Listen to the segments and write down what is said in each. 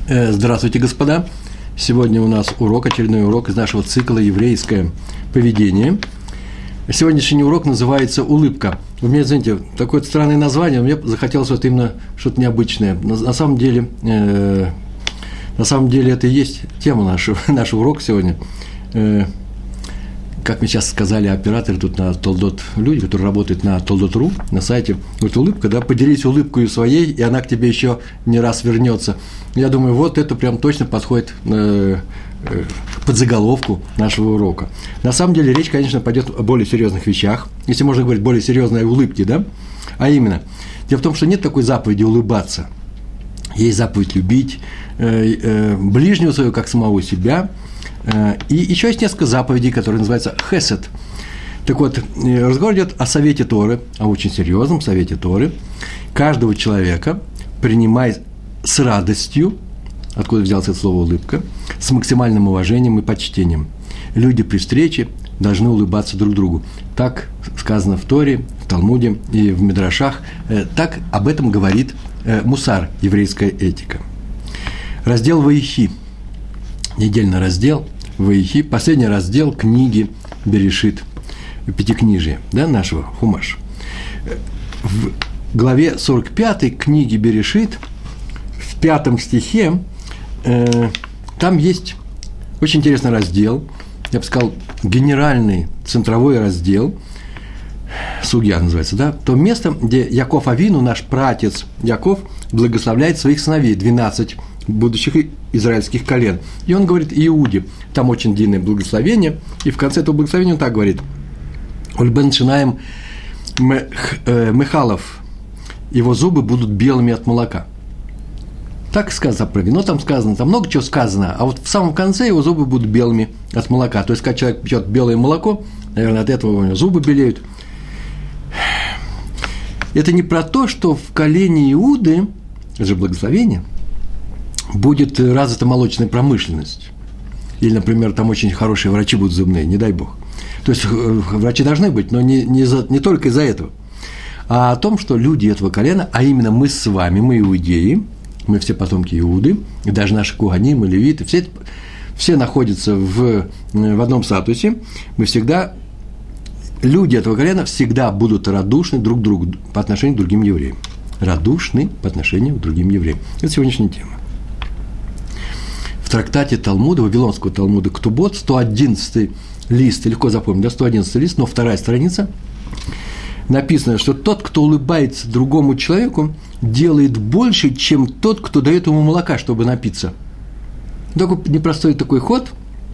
Здравствуйте, господа! Сегодня у нас очередной урок из нашего цикла «Еврейское поведение». Сегодняшний урок называется «Улыбка». Вы мне, знаете, такое странное название, мне захотелось вот именно что-то необычное. На самом деле это и есть тема нашего урока сегодня. Как мне сейчас сказали операторы тут на Толдот, люди, которые работают на Толдот.ру, на сайте, говорят, улыбка, да, поделись улыбкой своей, и она к тебе еще не раз вернется. Я думаю, вот это прям точно подходит под заголовку нашего урока. На самом деле речь, конечно, пойдет о более серьезных вещах, если можно говорить более серьезной улыбке, да, а именно, дело в том, что нет такой заповеди улыбаться. Есть заповедь любить ближнего своего, как самого себя. И еще есть несколько заповедей, которые называются хесед. Так вот, разговор идет о совете Торы, о очень серьезном совете Торы. Каждого человека принимай с радостью, откуда взялось это слово «улыбка», с максимальным уважением и почтением. Люди при встрече должны улыбаться друг другу. Так сказано в Торе, в Талмуде и в Мидрашах. Так об этом говорит мусар, еврейская этика. Раздел Ваихи. Недельный раздел Ваихи, последний раздел книги Берешит, пятикнижия, да, нашего Хумаш. В главе 45 книги Берешит, в 5 стихе, там есть очень интересный раздел, я бы сказал, генеральный центровой раздел, Сугья называется, да, то место, где Яков Авину, наш праотец Яков, благословляет своих сыновей, 12 будущих израильских колен. И он говорит Иуде, там очень длинное благословение, и в конце этого благословения он так говорит: «Ульбен шинаем Мехалов, его зубы будут белыми от молока». Так сказано про вино, там сказано, там много чего сказано, а вот в самом конце его зубы будут белыми от молока. То есть, когда человек пьет белое молоко, наверное, от этого у него зубы белеют. Это не про то, что в колене Иуды, это же благословение, будет развита молочная промышленность. Или, например, там очень хорошие врачи будут зубные, не дай бог. То есть, врачи должны быть, но не только из-за этого. А о том, что люди этого колена, а именно мы с вами, мы иудеи, мы все потомки Иуды, и даже наши куаним и левиты, все находятся в одном статусе, мы всегда, люди этого колена всегда будут радушны друг к другу по отношению к другим евреям. Радушны по отношению к другим евреям. Это сегодняшняя тема. В трактате Талмуда, Вавилонского Талмуда Ктубот, 111 лист, легко запомнить, да, 111 лист, но 2 страница, написано, что тот, кто улыбается другому человеку, делает больше, чем тот, кто дает ему молока, чтобы напиться. Такой непростой такой ход.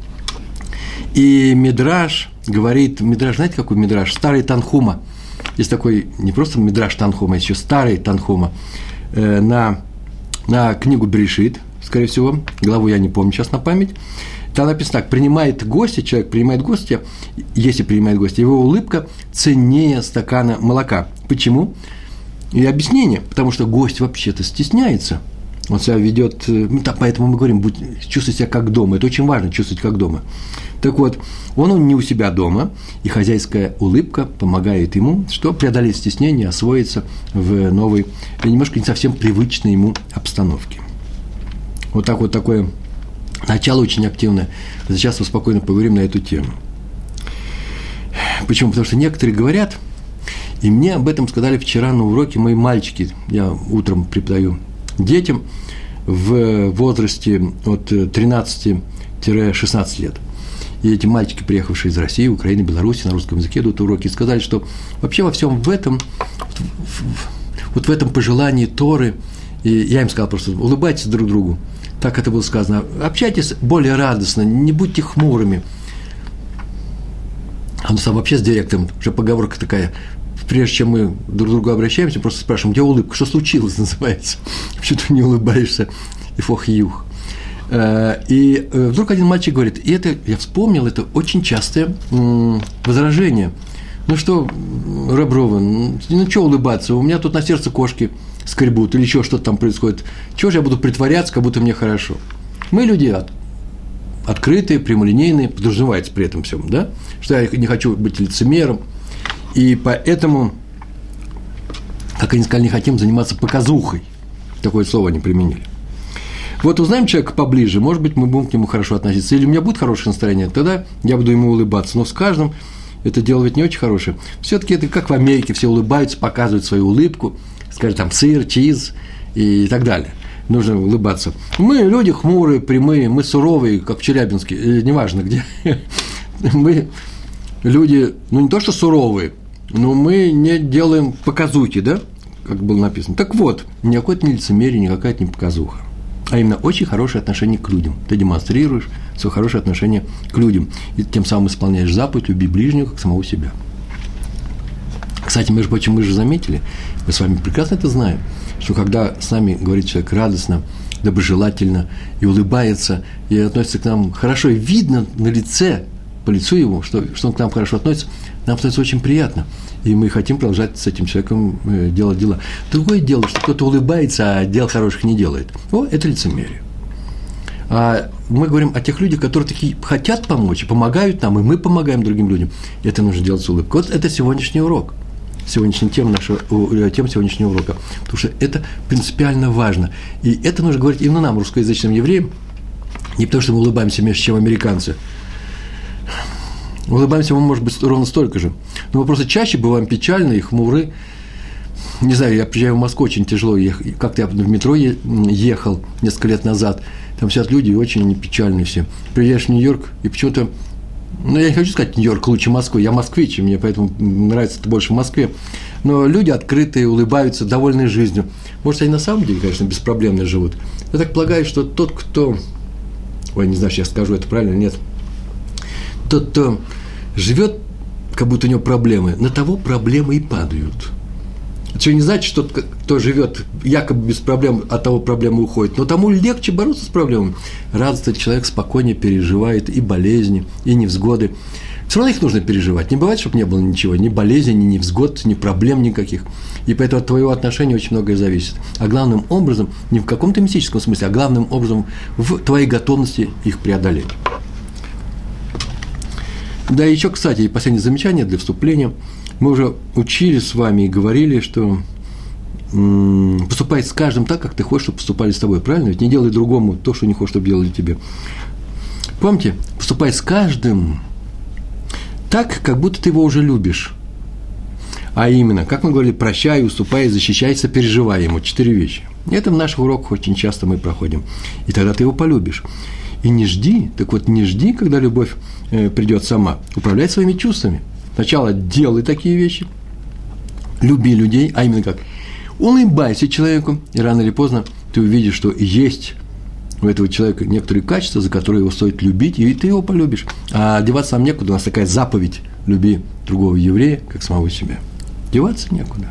И Мидраш говорит, знаете, какой Мидраш? Старый Танхума. Есть такой, не просто Мидраш Танхума, есть еще старый Танхума на книгу Берешит, скорее всего, главу я не помню сейчас на память. Там написано так: человек принимает гостя, если принимает гостя, его улыбка ценнее стакана молока. Почему? И объяснение, потому что гость вообще-то стесняется, он себя ведет, поэтому мы говорим, чувствуй себя как дома, это очень важно, чувствовать как дома. Так вот, он не у себя дома, и хозяйская улыбка помогает ему, что преодолеть стеснение, освоиться в новой, немножко не совсем привычной ему обстановке. Вот такое начало очень активное. Сейчас мы спокойно поговорим на эту тему. Почему? Потому что некоторые говорят, и мне об этом сказали вчера на уроке мои мальчики, я утром преподаю детям в возрасте от 13-16 лет. И эти мальчики, приехавшие из России, Украины, Беларуси, на русском языке идут уроки, и сказали, что вообще во всем в этом, вот в этом пожелании Торы, и я им сказал просто: улыбайтесь друг другу. Так это было сказано. Общайтесь более радостно, не будьте хмурыми. А он сам вообще с директором, уже поговорка такая: прежде чем мы друг к другу обращаемся, просто спрашиваем, где улыбка, что случилось, называется. Почему ты не улыбаешься? И фох-юх. И вдруг один мальчик говорит, и это, я вспомнил, это очень частое возражение. Ну что, Реб Ровен, ну что улыбаться, у меня тут на сердце кошки скребут, или еще что-то там происходит. Чего же я буду притворяться, как будто мне хорошо? Мы люди открытые, прямолинейные, подразумевается при этом всем, да? Что я не хочу быть лицемером, и поэтому, как они сказали, не хотим заниматься показухой. Такое слово они применили. Вот узнаем человека поближе, может быть, мы будем к нему хорошо относиться. Или у меня будет хорошее настроение, тогда я буду ему улыбаться. Но с каждым это дело ведь не очень хорошее. Все-таки это как в Америке, все улыбаются, показывают свою улыбку, скажем, там сыр, чиз и так далее. Нужно улыбаться. Мы люди хмурые, прямые, мы суровые, как в Челябинске, неважно где. Мы люди, не то что суровые, но мы не делаем показухи, да, как было написано. Так вот, никакое не лицемерие, никакая не показуха, а именно очень хорошее отношение к людям. Ты демонстрируешь свое хорошее отношение к людям, и тем самым исполняешь заповедь «люби ближнего, как самого себя». Кстати, между прочим, мы же заметили, мы с вами прекрасно это знаем, что когда с нами говорит человек радостно, доброжелательно и улыбается, и относится к нам хорошо, и видно на лице, по лицу его, что он к нам хорошо относится, нам становится очень приятно. И мы хотим продолжать с этим человеком делать дела. Другое дело, что кто-то улыбается, а дел хороших не делает. Это лицемерие. А мы говорим о тех людях, которые такие хотят помочь, и помогают нам, и мы помогаем другим людям. И это нужно делать с улыбкой. Вот это сегодняшний урок. Сегодняшняя тема тема сегодняшнего урока. Потому что это принципиально важно. И это нужно говорить именно нам, русскоязычным евреям. Не потому, что мы улыбаемся меньше, чем американцы. Улыбаемся мы, может быть, ровно столько же. Но мы просто чаще бываем печальны и хмуры. Не знаю, я приезжаю в Москву, очень тяжело ехать. Как-то я в метро ехал несколько лет назад. Там сидят люди очень печальные все. Приезжаешь в Нью-Йорк, и почему-то... я не хочу сказать, Нью-Йорк лучше Москвы. Я москвич, и мне поэтому нравится это больше в Москве. Но люди открытые, улыбаются, довольны жизнью. Может, они на самом деле, конечно, беспроблемно живут. Я так полагаю, что тот, кто... не знаю, сейчас скажу это правильно или нет. Тот, кто живет, как будто у него проблемы, на того проблемы и падают. Это что не значит, что кто живет якобы без проблем, от того проблемы уходит. Но тому легче бороться с проблемами. Раз этот человек спокойнее переживает и болезни, и невзгоды. Все равно их нужно переживать. Не бывает, чтобы не было ничего, ни болезней, ни невзгод, ни проблем никаких. И поэтому от твоего отношения очень многое зависит. А главным образом, не в каком-то мистическом смысле, а главным образом в твоей готовности их преодолеть. Да, еще, кстати, и последнее замечание для вступления. Мы уже учили с вами и говорили, что поступай с каждым так, как ты хочешь, чтобы поступали с тобой. Правильно? Ведь не делай другому то, что не хочешь, чтобы делали тебе. Помните? Поступай с каждым так, как будто ты его уже любишь. А именно, как мы говорили, прощай, уступай, защищай, сопереживай ему. 4 вещи. Это в наших уроках очень часто мы проходим. И тогда ты его полюбишь. И не жди, когда любовь придет сама. Управляй своими чувствами. Сначала делай такие вещи, люби людей, а именно как? Улыбайся человеку, и рано или поздно ты увидишь, что есть у этого человека некоторые качества, за которые его стоит любить, и ты его полюбишь. А деваться нам некуда, у нас такая заповедь: люби другого еврея, как самого себя. Деваться некуда.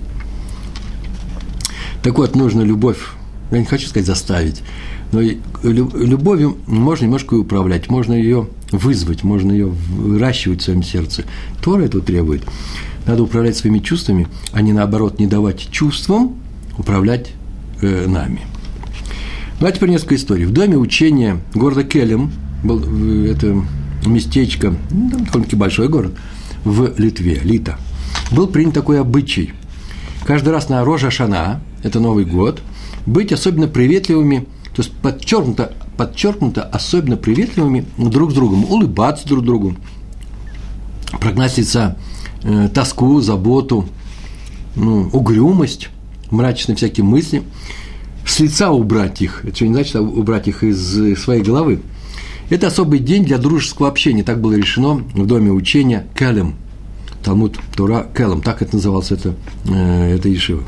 Так вот, нужно любовь, я не хочу сказать заставить, но любовью можно немножко и управлять, можно ее вызвать, можно ее выращивать в своем сердце. Тора этого требует. Надо управлять своими чувствами, а не наоборот не давать чувствам управлять нами. Ну, а теперь несколько историй. В доме учения города Келем, это местечко, там довольно-таки большой город, в Литве, Лита, был принят такой обычай. Каждый раз на Рош ха-Шана, это Новый год, быть особенно приветливыми, то есть подчеркнуто особенно приветливыми друг с другом, улыбаться друг другу, прогнать с лица тоску, заботу, угрюмость, мрачные всякие мысли, с лица убрать их. Это что не значит убрать их из своей головы. Это особый день для дружеского общения. Так было решено в доме учения Келем. Талмуд Тора Келем. Так это называлось, это ешива.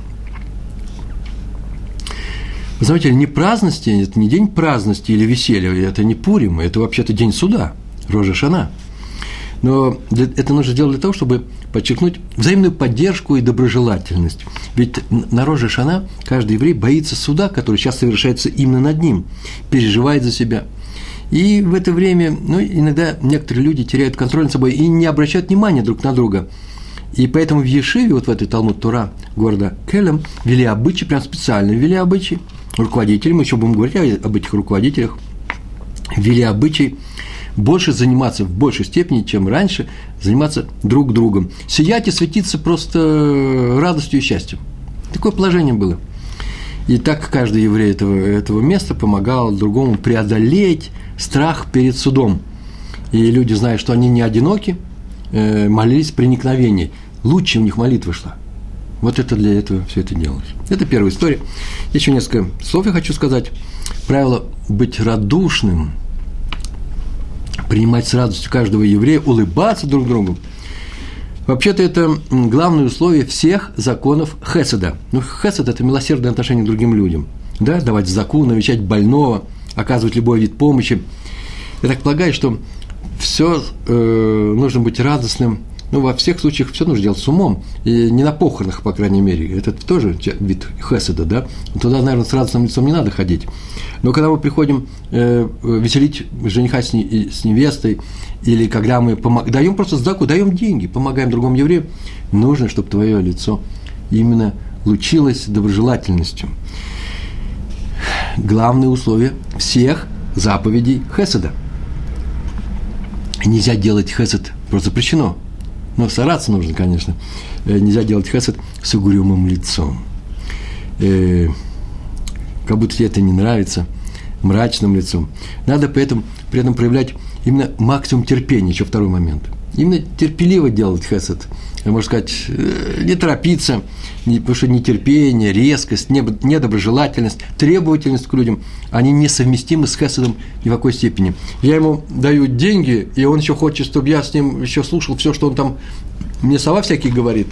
Вы знаете, не праздности, это не день праздности или веселья, это не Пурим, это вообще-то день суда, Рош ха-Шана. Но это нужно делать для того, чтобы подчеркнуть взаимную поддержку и доброжелательность. Ведь на Рош ха-Шана каждый еврей боится суда, который сейчас совершается именно над ним, переживает за себя. И в это время, иногда некоторые люди теряют контроль над собой и не обращают внимания друг на друга. И поэтому в Ешиве, вот в этой Талмуд Тора города Келем, ввели обычаи, прям специально ввели обычаи, руководители, мы еще будем говорить об этих руководителях, ввели обычай больше заниматься, в большей степени, чем раньше, заниматься друг другом. Сиять и светиться просто радостью и счастьем. Такое положение было. И так каждый еврей этого места помогал другому преодолеть страх перед судом. И люди, зная, что они не одиноки, молились преникновений. Лучше у них молитва шла. Вот это для этого все это делалось. Это первая история. Еще несколько слов я хочу сказать. Правило быть радушным, принимать с радостью каждого еврея, улыбаться друг другу. Вообще-то это главное условие всех законов хеседа. Ну, хесед – это милосердное отношение к другим людям. Да? Давать заку, навещать больного, оказывать любой вид помощи. Я так полагаю, что все нужно быть радостным. Ну, во всех случаях все нужно делать с умом. И не на похоронах, по крайней мере. Это тоже вид хеседа, да? Туда, наверное, с радостным лицом не надо ходить. Но когда мы приходим веселить жениха с невестой, или когда мы даем просто сдаку, даем деньги, помогаем другому еврею, нужно, чтобы твое лицо именно лучилось доброжелательностью. Главное условие всех заповедей хеседа. Нельзя делать хесед, просто запрещено. Но стараться нужно, конечно. Нельзя делать хесед с угрюмым лицом. Как будто тебе это не нравится, мрачным лицом. Надо при этом проявлять именно максимум терпения, еще второй момент. Именно терпеливо делать хесед. Можно сказать, не торопиться, потому что нетерпение, резкость, недоброжелательность, требовательность к людям, они несовместимы с хеседом ни в какой степени. Я ему даю деньги, и он еще хочет, чтобы я с ним еще слушал все, что он там мне слова всякие говорит.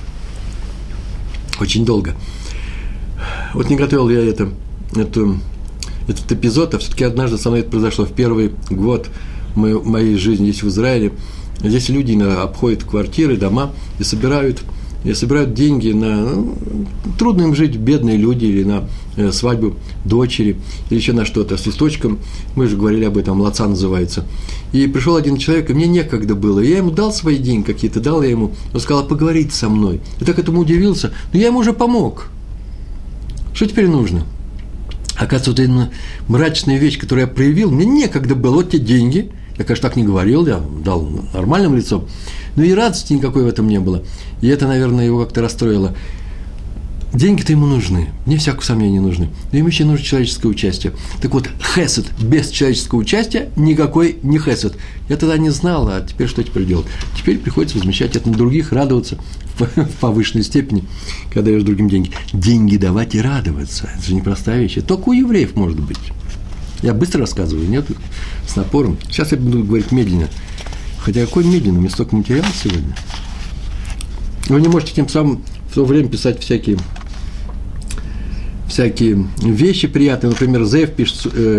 Очень долго. Вот не готовил я этот эпизод, а все-таки однажды со мной это произошло в первый год моей жизни здесь, в Израиле. Здесь люди обходят квартиры, дома и собирают деньги на… трудно им жить, бедные люди, или на свадьбу дочери, или еще на что-то с листочком. Мы же говорили об этом, лаца называется. И пришел один человек, и мне некогда было. Я ему дал свои деньги какие-то, дал я ему. Он сказал, поговорить со мной. Я так этому удивился, но я ему уже помог. Что теперь нужно? Оказывается, вот эта мрачная вещь, которую я проявил, мне некогда было. Вот те деньги. Я, конечно, так не говорил, я дал нормальным лицом, но и радости никакой в этом не было. И это, наверное, его как-то расстроило. Деньги-то ему нужны, мне всякого сомнения нужны, но им еще нужно человеческое участие. Так вот, хесед без человеческого участия никакой не хесед. Я тогда не знал, а теперь что теперь делать? Теперь приходится возмещать это на других, радоваться в повышенной степени, когда даешь другим деньги. Деньги давать и радоваться – это же непростая вещь. Это только у евреев может быть. Я быстро рассказываю, нет, с напором. Сейчас я буду говорить медленно. Хотя какой медленно? У меня столько материала сегодня. Вы не можете тем самым в то время писать всякие вещи приятные. Например, Зеев пишет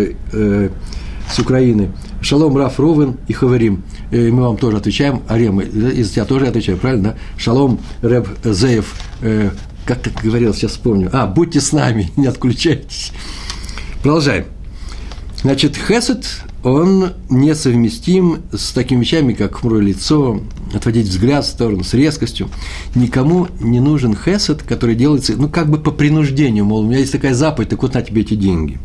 с Украины. Шалом, Раф Рувен и Хаверим. И мы вам тоже отвечаем. Арем, из тебя тоже отвечаю, правильно? Да? Шалом, Реб Зеев. Как ты говорил, сейчас вспомню. Будьте с нами, не отключайтесь. Продолжаем. Значит, хесед, он несовместим с такими вещами, как хмурое лицо, отводить взгляд в сторону с резкостью. Никому не нужен хесед, который делается, как бы по принуждению, мол, у меня есть такая заповедь, так вот на тебе эти деньги.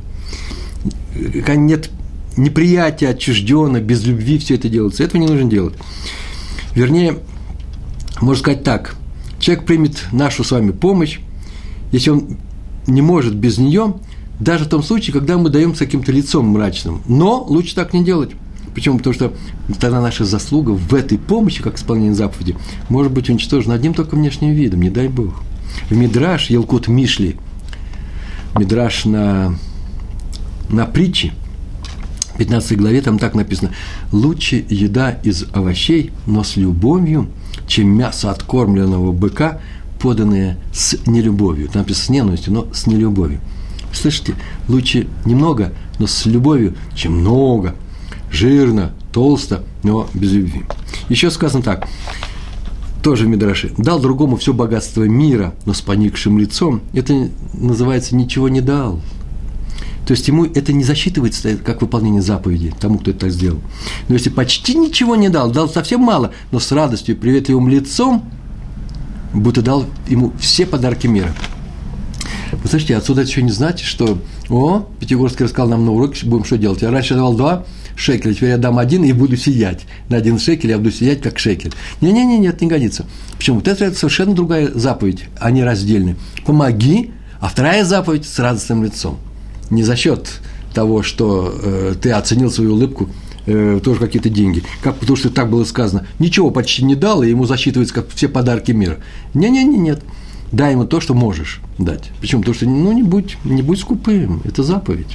Нет неприятия, отчужденно, без любви все это делается. Этого не нужно делать. Вернее, можно сказать так, человек примет нашу с вами помощь, если он не может без нее, даже в том случае, когда мы даем с каким-то лицом мрачным. Но лучше так не делать. Почему? Потому что тогда наша заслуга в этой помощи, как исполнение заповеди, может быть уничтожена одним только внешним видом, не дай Бог. В Мидраш, Елкут Мишли, Мидраш на притче, в 15 главе там так написано: «Лучше еда из овощей, но с любовью, чем мясо откормленного быка, поданное с нелюбовью». Там написано с ненавистью, но с нелюбовью. Слышите, лучше немного, но с любовью, чем много, жирно, толсто, но без любви. Еще сказано так, тоже в Мидраше: «Дал другому все богатство мира, но с поникшим лицом». Это называется «ничего не дал». То есть ему это не засчитывается как выполнение заповеди, тому, кто это так сделал. Но если почти ничего не дал, дал совсем мало, но с радостью, приветливым лицом, будто дал ему все подарки мира. Вы слышите, отсюда это еще не значит, что Пятигорский рассказал нам на уроке, будем что делать. Я раньше давал 2 шекеля, теперь я дам 1 и буду сиять. На 1 шекель я буду сиять, как шекель. Нет, это не годится. Почему? Вот это совершенно другая заповедь, а не раздельная. Помоги, А вторая заповедь с радостным лицом. Не за счет того, что ты оценил свою улыбку, тоже какие-то деньги. Потому что так было сказано. Ничего почти не дал, и ему засчитывается, как все подарки мира. Нет. Дай ему то, что можешь дать. Почему? Потому что не будь скупым. Это заповедь.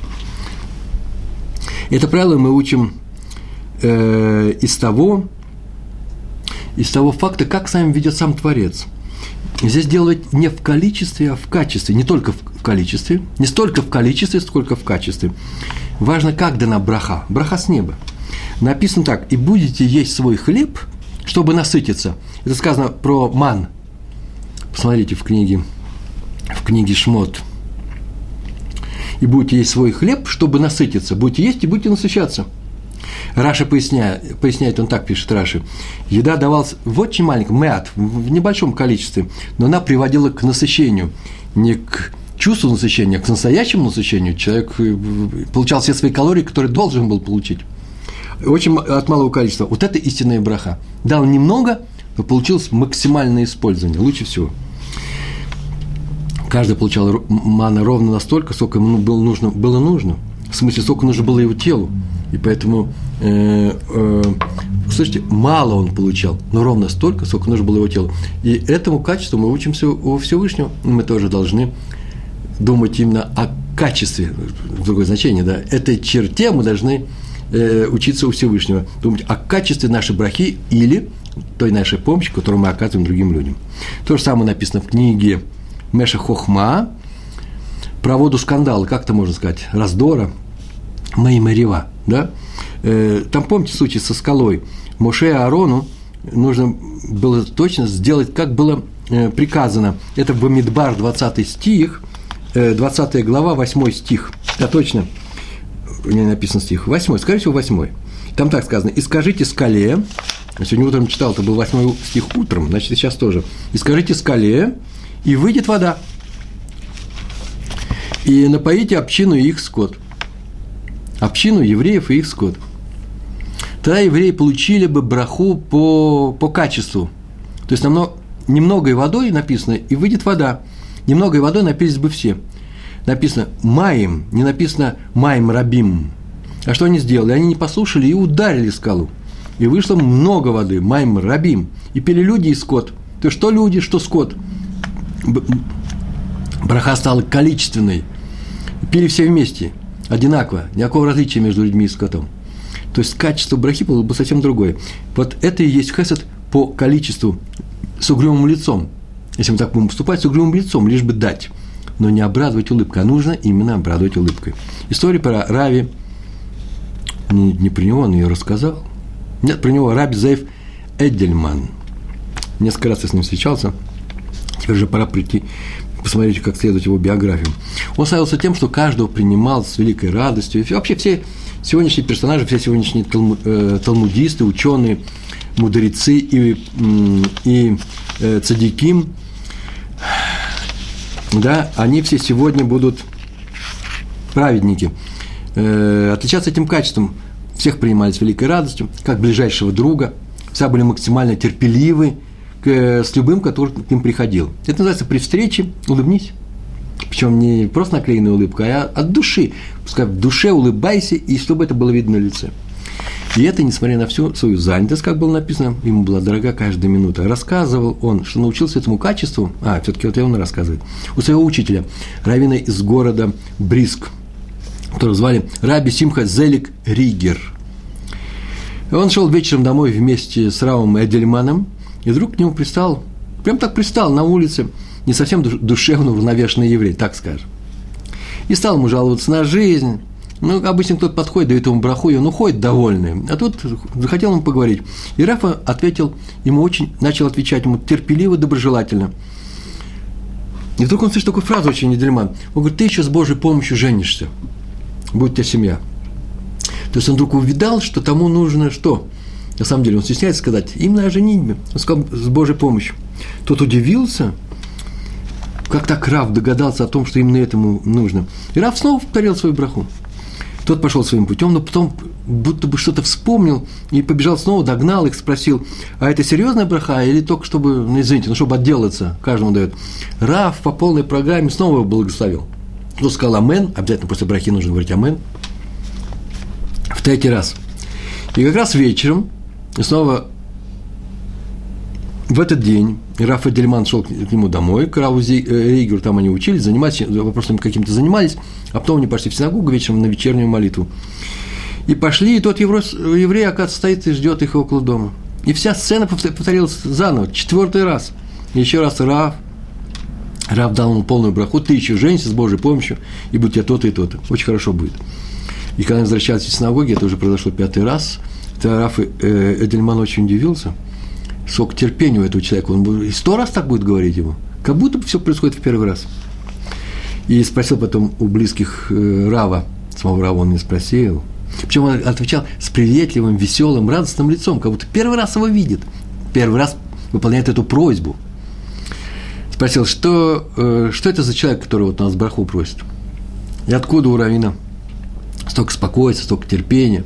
Это правило мы учим из того факта, как с нами ведет сам Творец. Здесь дело не в количестве, а в качестве. Не только в количестве, не столько в количестве, сколько в качестве. Важно, как дана браха. Браха с неба. Написано так: «И будете есть свой хлеб, чтобы насытиться». Это сказано про ман. Посмотрите в книге Шмот. «И будете есть свой хлеб, чтобы насытиться». Будете есть и будете насыщаться. Раши поясняет, он так пишет, Раши: еда давалась в очень маленьком, меат, в небольшом количестве, но она приводила к насыщению, не к чувству насыщения, а к настоящему насыщению. Человек получал все свои калории, которые должен был получить. Очень от малого количества. Вот это истинная браха. Дал немного, но получилось максимальное использование, лучше всего. Каждый получал мана ровно настолько, сколько ему было нужно. В смысле, сколько нужно было его телу. И поэтому, слушайте, мало он получал, но ровно столько, сколько нужно было его телу. И этому качеству мы учимся у Всевышнего. Мы тоже должны думать именно о качестве, другое значение, да, этой черте мы должны учиться у Всевышнего, думать о качестве нашей брахи или той нашей помощи, которую мы оказываем другим людям. То же самое написано в книге Меша Хохма про воду скандала, как это можно сказать, раздора, Меймарева, да? Там, помните случай со скалой? Моше и Аарону нужно было точно сделать, как было приказано. Это в Бамидбар, 20 стих, 20 глава, 8 стих. Да, точно. У меня написан стих. 8, скорее всего, 8. Там так сказано: «И скажите скале», сегодня утром читал, это был 8 стих утром, значит, и сейчас тоже. «И скажите скале, и выйдет вода, и напоите общину и их скот». Общину евреев и их скот. Тогда евреи получили бы браху по качеству. То есть немногой водой написано, и выйдет вода. Немногой водой напились бы все. Написано «маим», не написано «маим рабим». А что они сделали? Они не послушали и ударили скалу. И вышло много воды, «маим рабим». И пили люди и скот. То есть что люди, что скот. Браха стала количественной. Пили все вместе. Одинаково, никакого различия между людьми и скотом. То есть качество брахи было бы совсем другое. Вот это и есть хесед по количеству, с угрюмым лицом. Если мы так будем поступать, с угрюмым лицом, лишь бы дать. Но не обрадовать улыбкой, а нужно именно обрадовать улыбкой. История про Рави, не про него, он ее рассказал. Нет, про него Раби Зеев Эдельман. Несколько раз я с ним встречался, теперь же пора прийти. Посмотрите, как следует его биографию. Он славился тем, что каждого принимал с великой радостью. И вообще все сегодняшние персонажи, все сегодняшние талмудисты, ученые, мудрецы и цадиким, да, они все сегодня будут праведники. Отличаться этим качеством. Всех принимали с великой радостью, как ближайшего друга. Все были максимально терпеливы с любым, который к ним приходил. Это называется при встрече улыбнись. Причем не просто наклеенная улыбка, а от души. Пускай в душе улыбайся, и чтобы это было видно на лице. И это, несмотря на всю свою занятость, как было написано, ему была дорога каждая минута. Рассказывал он, что научился этому качеству, все-таки вот он рассказывает, у своего учителя, раввина из города Бриск, которого звали Раби Симха Зелик Ригер. Он шел вечером домой вместе с Равом Эдельманом, и вдруг к нему пристал на улице не совсем душевно уравновешенный еврей, так скажем. И стал ему жаловаться на жизнь. Ну, обычно кто-то подходит, дает ему браху, и он уходит довольный. А тут захотел ему поговорить. И Рафа начал отвечать ему терпеливо, доброжелательно. И вдруг он слышит такую фразу очень Эдельман. Он говорит: ты еще с Божьей помощью женишься. Будет у тебя семья. То есть он вдруг увидал, что тому нужно что? На самом деле он стесняется сказать именно о женитьбе. Он сказал: с Божьей помощью. Тот удивился. Как так Рав догадался о том, что именно этому нужно? И Рав снова повторил свою браху. Тот пошел своим путем, но потом будто бы что-то вспомнил и побежал снова, догнал их, спросил, а это серьезная браха или только чтобы, ну, извините, чтобы отделаться, каждому дает. Рав по полной программе снова его благословил. Тот сказал амен, обязательно после брахи нужно говорить амен, в третий раз. И как раз вечером, снова в этот день, Раф Эдельман шел к нему домой, к Раву Ригеру, там они учились, занимались, вопросами какими-то занимались, а потом они пошли в синагогу вечером на вечернюю молитву. И пошли, и тот еврей, оказывается, стоит и ждет их около дома. И вся сцена повторилась заново, 4-й раз. И еще раз Рав дал ему полную браху, ты еще женишься с Божьей помощью, и будь тебе то-то и то-то. Очень хорошо будет. И когда они возвращались из синагоги, это уже произошло 5-й раз, то Раф Эдельман очень удивился. Сколько терпения у этого человека. Он и 100 раз так будет говорить ему. Как будто бы все происходит в первый раз. И спросил потом у близких Рава, самого Рава он не спросил. Причем он отвечал с приветливым, веселым, радостным лицом, как будто первый раз его видит. Первый раз выполняет эту просьбу. Спросил, что это за человек, который вот нас браху просит? И откуда у раввина столько спокойствия, столько терпения?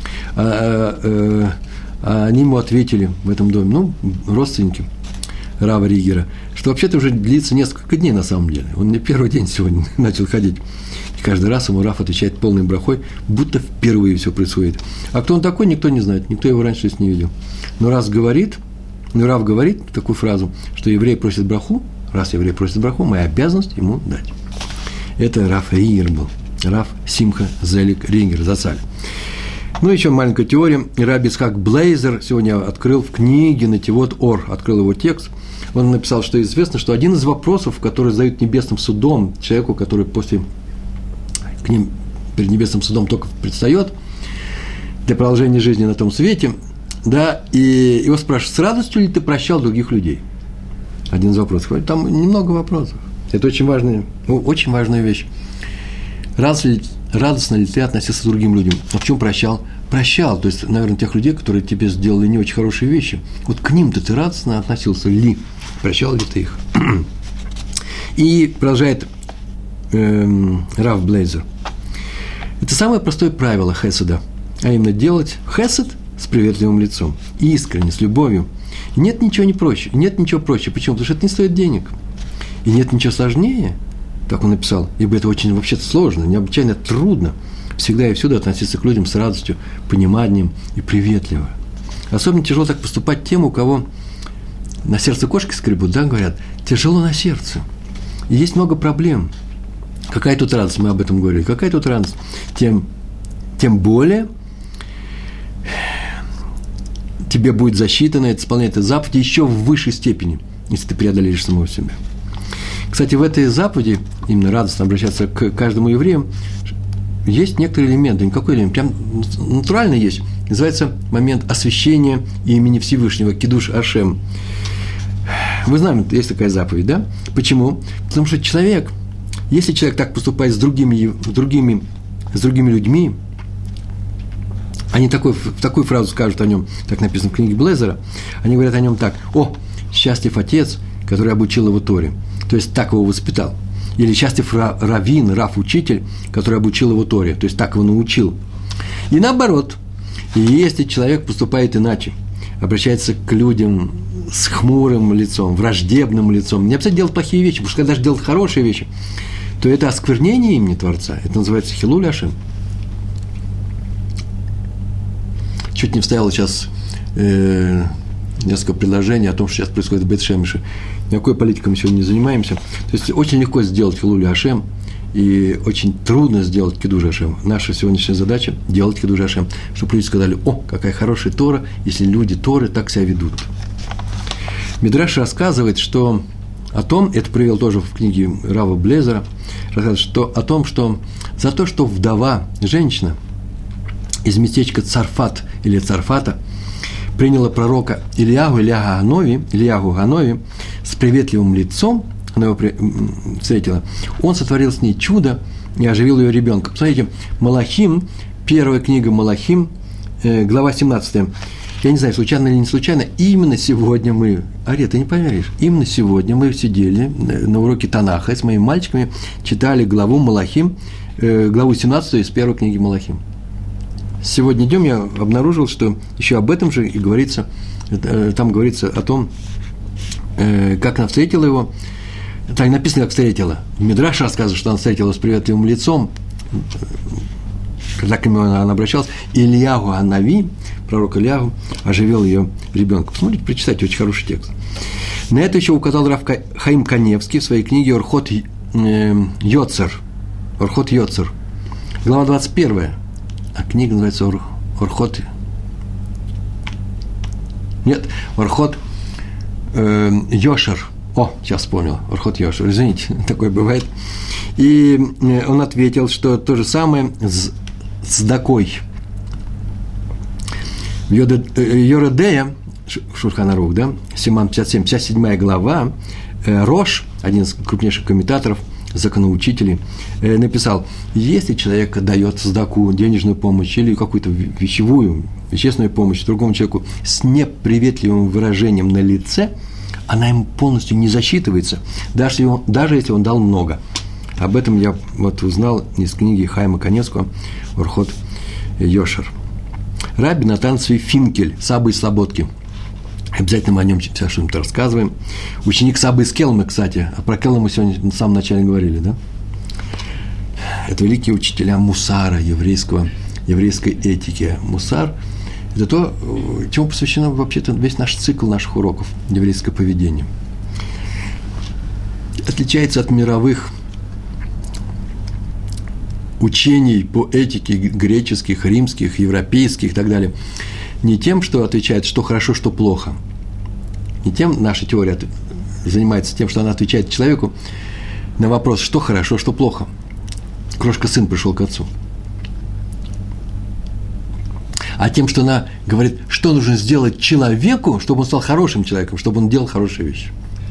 Они ему ответили в этом доме, ну, родственники Рава Ригера, что вообще-то уже длится несколько дней на самом деле. Он не первый день сегодня начал ходить. И каждый раз ему Рав отвечает полной брахой, будто впервые все происходит. А кто он такой, никто не знает, никто его раньше не видел. Но Рав говорит такую фразу, что еврей просит браху, раз еврей просит браху, моя обязанность ему дать. Это Рав Ригер был, Рав Симха Зелик Ригер, Зацаль. Ну, еще маленькая теория. Раби Ицхак Блейзер сегодня открыл в книге «Нативот Ор», открыл его текст. Он написал, что известно, что один из вопросов, который задают небесным судом человеку, который к ним перед небесным судом только предстает для продолжения жизни на том свете, да, и его спрашивают, с радостью ли ты прощал других людей? Один из вопросов. Там немного вопросов. Это очень важная вещь. Радостно ли ты относился к другим людям? А в чем прощал? Прощал, то есть, наверное, тех людей, которые тебе сделали не очень хорошие вещи. Вот к ним-то ты радостно относился ли? Прощал ли ты их? И продолжает Рав Блейзер. Это самое простое правило хеседа, а именно делать хесед с приветливым лицом, искренне, с любовью. И нет ничего проще. Почему? Потому что это не стоит денег. И нет ничего сложнее, как он написал, ибо это очень вообще-то сложно, необычайно трудно всегда и всюду относиться к людям с радостью, пониманием и приветливо. Особенно тяжело так поступать тем, у кого на сердце кошки скребут, да, говорят, тяжело на сердце. И есть много проблем. Какая тут радость, мы об этом говорили, какая тут радость? Тем более тебе будет засчитано, исполнять эту заповедь еще в высшей степени, если ты преодолеешь самого себя. Кстати, в этой заповеди, именно радостно обращаться к каждому еврею, есть некоторые элементы, никакой элемент, прям натурально есть. Называется момент освящения имени Всевышнего, Кидуш Ашем. Вы знаете, есть такая заповедь, да? Почему? Потому что если человек так поступает с другими людьми, они такую фразу скажут о нем, так написано в книге Блейзера, они говорят о нем так: «О, счастлив отец, который обучил его Торе», то есть так его воспитал. Или счастлив раввин, рав-учитель, который обучил его Торе, то есть так его научил. И наоборот, если человек поступает иначе, обращается к людям с хмурым лицом, враждебным лицом, не обязательно делать плохие вещи, потому что когда даже делать хорошие вещи, то это осквернение имени Творца, это называется хилуль Ашем. Чуть не вставил сейчас несколько предложений о том, что сейчас происходит в Бейт-Шемеше. Никакой политикой мы сегодня не занимаемся. То есть очень легко сделать хилуль Ашем, и очень трудно сделать кидуш Ашем. Наша сегодняшняя задача – делать кидуш Ашем, чтобы люди сказали: «О, какая хорошая Тора, если люди Торы так себя ведут». Мидраш рассказывает, что о том, это привел тоже в книге Рава Блейзера, рассказывает, о том, что за то, что вдова, женщина из местечка Царфат или Царфата приняла пророка Ильягу Ганови с приветливым лицом, она его встретила, он сотворил с ней чудо и оживил ее ребенка. Посмотрите, Малахим, первая книга Малахим, глава 17. Я не знаю, случайно или не случайно, именно сегодня мы, Ария, ты не поверишь, именно сегодня мы сидели на уроке Танаха с моими мальчиками, читали главу Малахим, главу 17 из первой книги Малахим. Сегодня днем я обнаружил, что еще об этом же и говорится, там говорится о том, как она встретила его. Так написано, как встретила. Мидраш рассказывает, что она встретила с приветливым лицом, когда к нему она обращалась. Ильяху Анави, пророк Ильяху, оживил ее ребенка. Посмотрите, прочитайте, очень хороший текст. На это еще указал Рав Хаим Каневский в своей книге «Орхот Йоцер». «Орхот Йоцер». Глава 21. А книга называется «Орхот». Нет, «Орхот Йошер». О, сейчас вспомнил, Орхот Йошер, извините, такое бывает. И он ответил, что то же самое с Дакой. В Йоредея, Шулхан Арух, да, Симан 57, 57 глава, Рош, один из крупнейших комментаторов, законоучителей, написал, если человек дает сдаку, денежную помощь или какую-то вещевую, вещественную помощь другому человеку с неприветливым выражением на лице, она ему полностью не засчитывается, даже если он дал много. Об этом я вот узнал из книги Хаима Каневского «Орхот Йошер». Раби Натан Цви Финкель, Саба из Слободки. Обязательно мы о нем сейчас что-нибудь рассказываем. Ученик Сабы из Келмы, кстати. А про Келму мы сегодня в самом начале говорили, да? Это великие учителя мусара, еврейской этики. Мусар – это то, чему посвящено вообще-то весь наш цикл наших уроков еврейское поведение. Отличается от мировых учений по этике греческих, римских, европейских и так далее, не тем, что отвечает, что хорошо, что плохо, не тем наша теория занимается тем, что она отвечает человеку на вопрос, что хорошо, что плохо. Крошка-сын пришел к отцу. А тем, что она говорит, что нужно сделать человеку, чтобы он стал хорошим человеком, чтобы он делал хорошие вещи.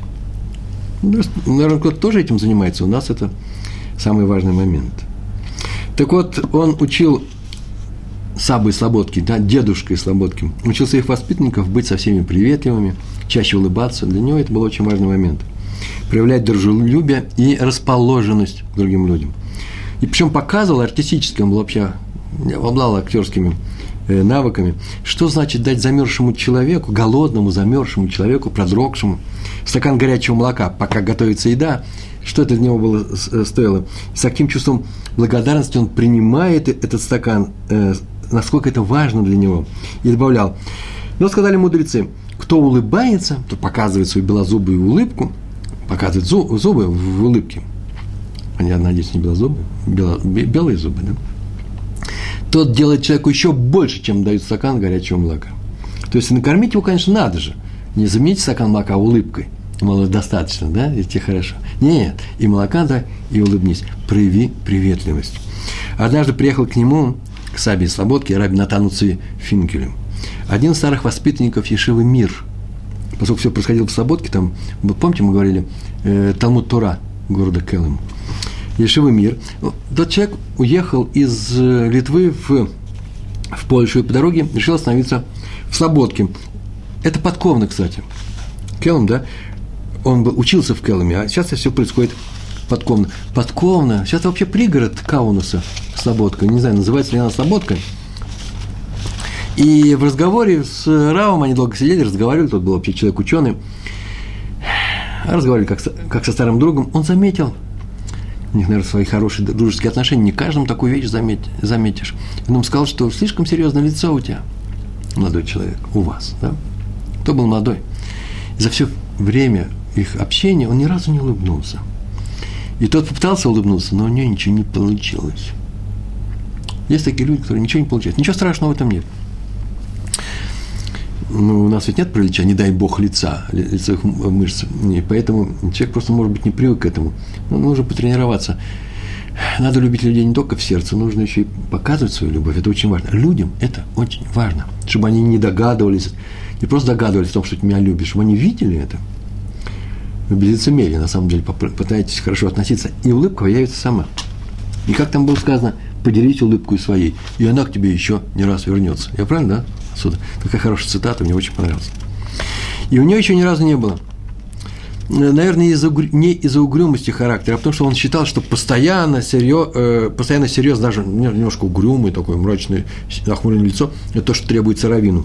Наверное, кто-то тоже этим занимается, у нас это самый важный момент. Так вот, он учил Сабы из Слободки, да, дедушка из Слободки, учил своих воспитанников быть со всеми приветливыми, чаще улыбаться. Для него это был очень важный момент. Проявлять дружелюбие и расположенность к другим людям. И причем показывал артистически, он был вообще, обладал актерскими навыками, что значит дать замерзшему человеку, голодному замерзшему человеку, продрогшему, стакан горячего молока, пока готовится еда, что это для него было, стоило. С каким чувством благодарности он принимает этот стакан, насколько это важно для него. И добавлял, но сказали мудрецы, кто улыбается, то показывает свою белозубую улыбку, показывает зубы в улыбке. Я надеюсь, не белозубые, белые зубы, да? Тот делает человеку еще больше, чем дают стакан горячего молока. То есть накормить его, конечно, надо же. Не заменить стакан молока улыбкой. Мало достаточно, да, и тебе хорошо. Нет, и молока, да, и улыбнись. Прояви приветливость. Однажды приехал к нему, к Сабе из Слободки, раби Натану Цви Финкелю, один из старых воспитанников Ешивы Мир. Поскольку все происходило в Слободке, там, помните, мы говорили, Талмуд Тора города Келем. Ешивы Мир. Тот человек уехал из Литвы в Польшу и по дороге решил остановиться в Слободке. Это подковно, кстати. Келем, да? Он учился в Келеме, а сейчас все происходит подковно. Подковно. Сейчас вообще пригород Каунаса, Слободка. Не знаю, называется ли она Слободка. И в разговоре с Равом они долго сидели, разговаривали. Тот был вообще человек ученый. Разговаривали как со старым другом. Он заметил, у них, наверное, свои хорошие дружеские отношения. Не каждому такую вещь заметишь. Он ему сказал, что слишком серьезное лицо у тебя, молодой человек, у вас, да? Кто был молодой? И за все время их общения он ни разу не улыбнулся. И тот попытался улыбнуться, но у него ничего не получилось. Есть такие люди, которые ничего не получают. Ничего страшного в этом нет. Ну, у нас ведь нет приличия, не дай бог, лицевых мышц. И поэтому человек просто, может быть, не привык к этому. Но нужно потренироваться. Надо любить людей не только в сердце, нужно еще и показывать свою любовь. Это очень важно. Людям это очень важно. Чтобы они не догадывались, не просто догадывались о том, что ты меня любишь, чтобы они видели это. Вы без лицемерия, на самом деле, пытаетесь хорошо относиться, и улыбка появится сама. И как там было сказано, поделись улыбкой своей, и она к тебе еще не раз вернется. Я правильно, да? Отсюда. Такая хорошая цитата, мне очень понравилась. И у нее еще ни разу не было. наверное, не из-за угрюмости характера, а потому что он считал, что постоянно серьезно, даже немножко угрюмый, такой мрачный, нахмуренное лицо, это то, что требуется раввину.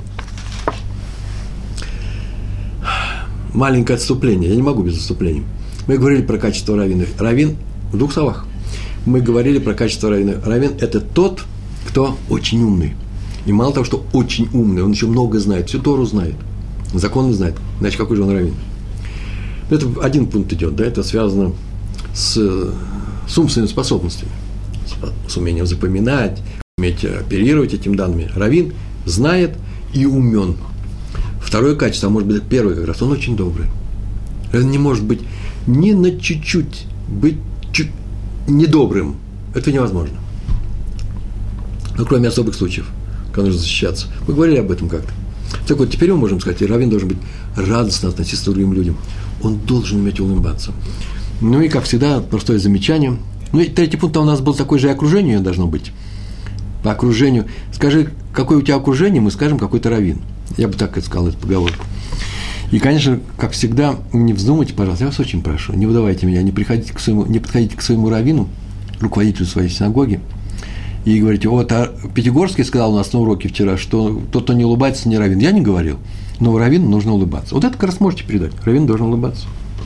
Маленькое отступление, я не могу без отступления. Мы говорили про качество раввина. Раввин, в 2 словах, мы говорили про качество раввина. Раввин – это тот, кто очень умный. И мало того, что очень умный, он еще много знает, всю Тору знает, законы знает. Иначе какой же он раввин? Это один пункт идет, да, это связано с умственными способностями, с умением запоминать, уметь оперировать этими данными. Раввин знает и умен. Второе качество, а может быть, первое как раз, он очень добрый. Он не может быть ни на чуть-чуть быть недобрым. Это невозможно. Ну, кроме особых случаев, когда нужно защищаться. Мы говорили об этом как-то. Так вот, теперь мы можем сказать, раввин должен быть радостно относиться к другим людям. Он должен уметь улыбаться. Ну и, как всегда, простое замечание. Ну и третий пункт у нас был такой же, и окружение должно быть. По окружению. Скажи, какое у тебя окружение, мы скажем, какой-то раввин. Я бы так и сказал эту поговорку. И, конечно, как всегда, не вздумайте, пожалуйста, я вас очень прошу, не выдавайте меня, не подходите к своему раввину, руководителю своей синагоги, и говорите, вот Пятигорский сказал у нас на уроке вчера, что тот, кто не улыбается, не раввин. Я не говорил, но раввину нужно улыбаться. Вот это как раз можете передать. Раввин должен улыбаться.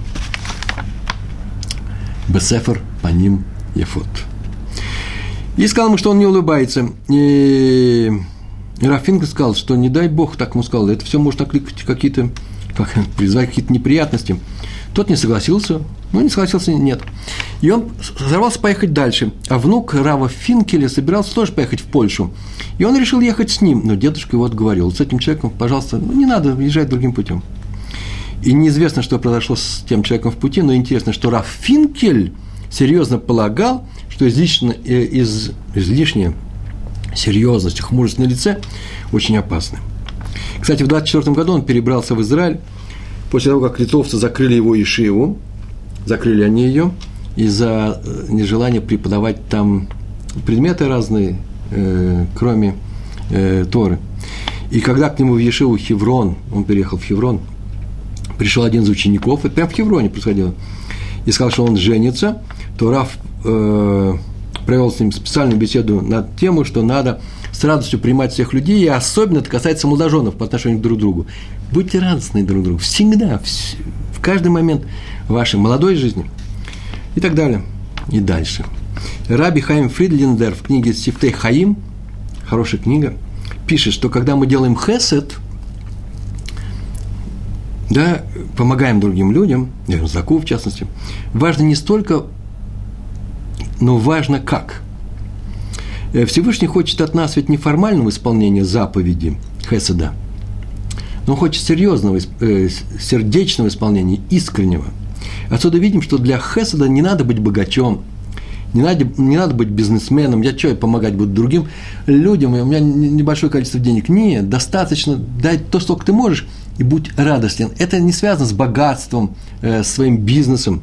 Бесефер паним ефот. И сказал ему, что он не улыбается. И Рав Финкель сказал, что не дай Бог, так ему сказал, это все может накликать какие-то, призвать какие-то неприятности. Тот не согласился, не согласился, нет. И он сорвался поехать дальше. А внук Рава Финкеля собирался тоже поехать в Польшу. И он решил ехать с ним. Но дедушка его отговорил. С этим человеком, пожалуйста, не надо, езжай другим путем. И неизвестно, что произошло с тем человеком в пути, но интересно, что Рав Финкель серьезно полагал, что излишняя серьезность, хмурость на лице очень опасны. Кстати, в 24 году он перебрался в Израиль, после того, как литовцы закрыли его ешиву, закрыли они ее из-за нежелания преподавать там предметы разные, кроме Торы. И когда к нему в ешиву Хеврон, он переехал в Хеврон, пришел один из учеников, это прямо в Хевроне происходило, и сказал, что он женится, то Рав провел с ним специальную беседу на тему, что надо с радостью принимать всех людей, и особенно это касается молодоженов по отношению друг к другу. Будьте радостны друг другу всегда, в каждый момент вашей молодой жизни и так далее. И дальше. Раби Хаим Фридлендер в книге «Сифтей Хаим», хорошая книга, пишет, что когда мы делаем хесед, да, помогаем другим людям, заку в частности, важно не столько, но важно как. Всевышний хочет от нас ведь не формального исполнения заповеди хеседа, но он хочет серьезного, сердечного исполнения, искреннего. Отсюда видим, что для хеседа не надо быть богачом, не надо быть бизнесменом, я помогать буду другим людям, у меня небольшое количество денег. Нет, достаточно дай то, сколько ты можешь, и будь радостен. Это не связано с богатством, своим бизнесом.